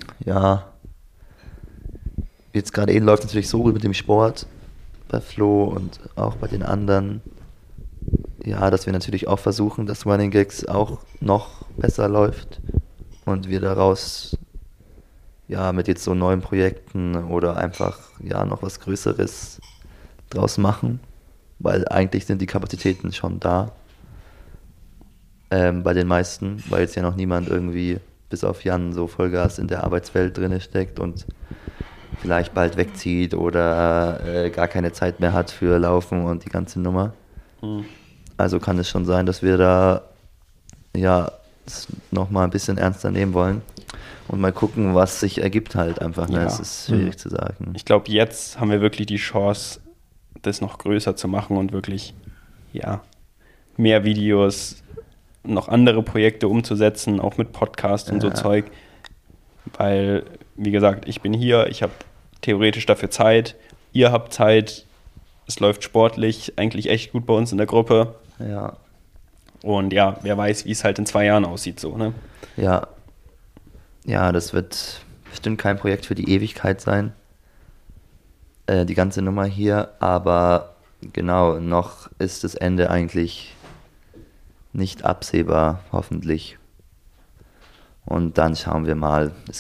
jetzt gerade eben läuft es natürlich so gut mit dem Sport bei Flo und auch bei den anderen, dass wir natürlich auch versuchen, dass Running Gags auch noch besser läuft und wir daraus mit jetzt so neuen Projekten oder einfach noch was Größeres draus machen, weil eigentlich sind die Kapazitäten schon da bei den meisten, weil jetzt ja noch niemand irgendwie bis auf Jan so Vollgas in der Arbeitswelt drin steckt und vielleicht bald wegzieht oder gar keine Zeit mehr hat für Laufen und die ganze Nummer. Also kann es schon sein, dass wir da das nochmal ein bisschen ernster nehmen wollen und mal gucken, was sich ergibt halt einfach. Ne? Es ist schwierig zu sagen. Ich glaube, jetzt haben wir wirklich die Chance, das noch größer zu machen und wirklich mehr Videos, noch andere Projekte umzusetzen, auch mit Podcast und so Zeug. Weil, wie gesagt, ich bin hier, ich habe theoretisch dafür Zeit, ihr habt Zeit, es läuft sportlich eigentlich echt gut bei uns in der Gruppe. Ja. Und wer weiß, wie es halt in 2 Jahren aussieht, so, ne? Ja. Ja, das wird bestimmt kein Projekt für die Ewigkeit sein, die ganze Nummer hier, aber genau, noch ist das Ende eigentlich nicht absehbar, hoffentlich. Und dann schauen wir mal. Es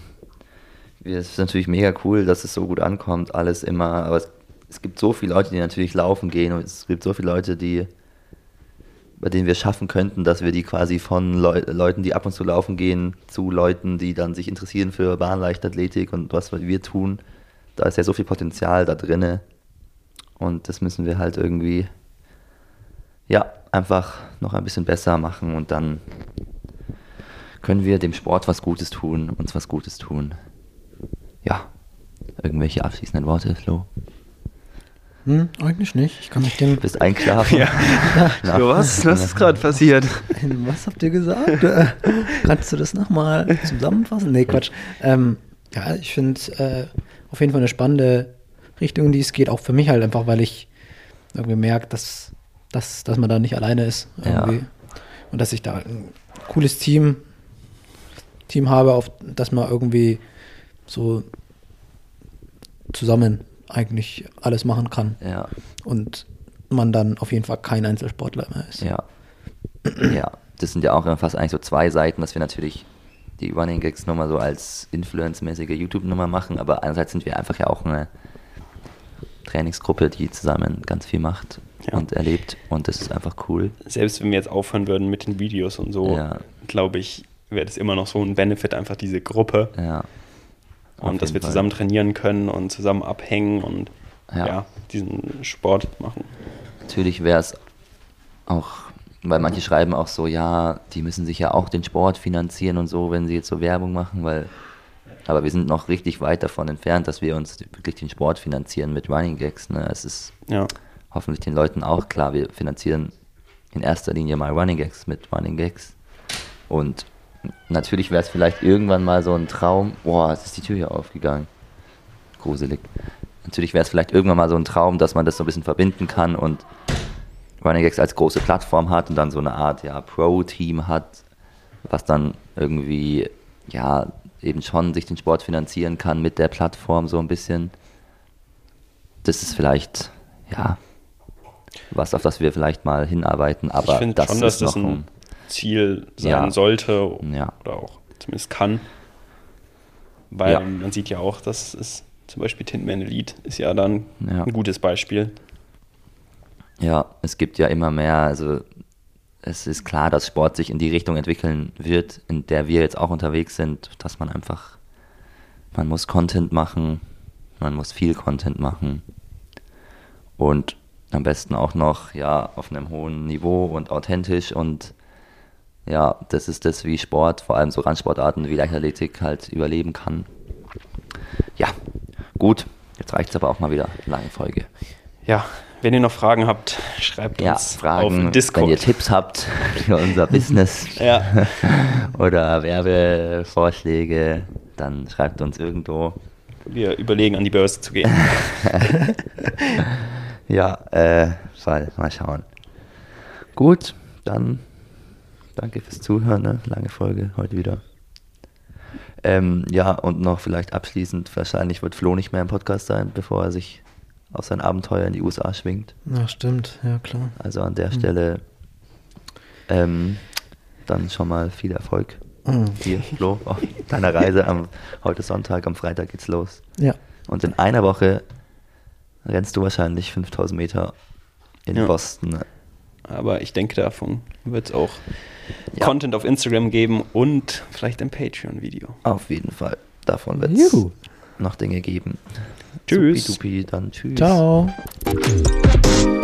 ist natürlich mega cool, dass es so gut ankommt, alles immer, aber es gibt so viele Leute, die natürlich laufen gehen und es gibt so viele Leute, bei denen wir es schaffen könnten, dass wir die quasi von Leuten, die ab und zu laufen gehen, zu Leuten, die dann sich interessieren für Bahnleichtathletik und was wir tun. Da ist ja so viel Potenzial da drinne und das müssen wir halt irgendwie einfach noch ein bisschen besser machen und dann können wir dem Sport was Gutes tun, uns was Gutes tun. Ja, irgendwelche abschließenden Worte, Flo? Eigentlich nicht. Ich kann mich dem... Bist eingeschlafen? Was ist gerade passiert? Was habt ihr gesagt? Kannst du das nochmal zusammenfassen? Nee, Quatsch. Ich finde auf jeden Fall eine spannende Richtung, die es geht. Auch für mich halt einfach, weil ich irgendwie merke, dass man da nicht alleine ist. Irgendwie. Ja. Und dass ich da ein cooles Team habe, auf das man irgendwie so zusammen eigentlich alles machen kann. Ja. Und man dann auf jeden Fall kein Einzelsportler mehr ist. Ja. Ja, das sind ja auch fast eigentlich so 2 Seiten, dass wir natürlich die Running Gags Nummer so als Influence-mäßige YouTube-Nummer machen, aber einerseits sind wir einfach ja auch eine Trainingsgruppe, die zusammen ganz viel macht und erlebt und das ist einfach cool. Selbst wenn wir jetzt aufhören würden mit den Videos und so, glaube ich, wäre das immer noch so ein Benefit, einfach diese Gruppe. Ja. Und dass wir zusammen trainieren können und zusammen abhängen und diesen Sport machen. Natürlich wäre es auch, weil manche schreiben auch so, ja, die müssen sich ja auch den Sport finanzieren und so, wenn sie jetzt so Werbung machen, aber wir sind noch richtig weit davon entfernt, dass wir uns wirklich den Sport finanzieren mit Running Gags. Ne? Es ist hoffentlich den Leuten auch klar, wir finanzieren in erster Linie mal Running Gags mit Running Gags. Und natürlich wäre es vielleicht irgendwann mal so ein Traum, boah, jetzt ist die Tür hier aufgegangen. Gruselig. Natürlich wäre es vielleicht irgendwann mal so ein Traum, dass man das so ein bisschen verbinden kann und Running Gags als große Plattform hat und dann so eine Art Pro-Team hat, was dann irgendwie eben schon sich den Sport finanzieren kann mit der Plattform so ein bisschen. Das ist vielleicht, was, auf das wir vielleicht mal hinarbeiten, aber ich finde schon, dass das ein Ziel sein sollte oder auch zumindest kann, weil man sieht ja auch, dass es zum Beispiel Tinman Elite ist ja dann ein gutes Beispiel. Ja, es gibt ja immer mehr, also es ist klar, dass Sport sich in die Richtung entwickeln wird, in der wir jetzt auch unterwegs sind, dass man muss Content machen, man muss viel Content machen und am besten auch noch auf einem hohen Niveau und authentisch und das ist das, wie Sport, vor allem so Randsportarten wie Leichtathletik halt überleben kann. Ja, gut, jetzt reicht es aber auch mal wieder, lange Folge. Ja, wenn ihr noch Fragen habt, schreibt uns Fragen, auf Discord. Wenn ihr Tipps habt für unser Business oder Werbevorschläge, dann schreibt uns irgendwo. Wir überlegen, an die Börse zu gehen. Mal schauen. Gut, dann danke fürs Zuhören, ne? Lange Folge heute wieder. Und noch vielleicht abschließend, wahrscheinlich wird Flo nicht mehr im Podcast sein, bevor er sich auf sein Abenteuer in die USA schwingt. Ja, stimmt, ja klar. Also an der Stelle dann schon mal viel Erfolg hier, Flo, auf deiner Reise. Heute Sonntag, am Freitag geht's los. Ja. Und in einer Woche rennst du wahrscheinlich 5000 Meter in Boston. Ne? Aber ich denke, davon wird es auch Content auf Instagram geben und vielleicht ein Patreon-Video. Auf jeden Fall. Davon wird es noch Dinge geben. Tschüss. Supi-dupi, dann tschüss. Ciao.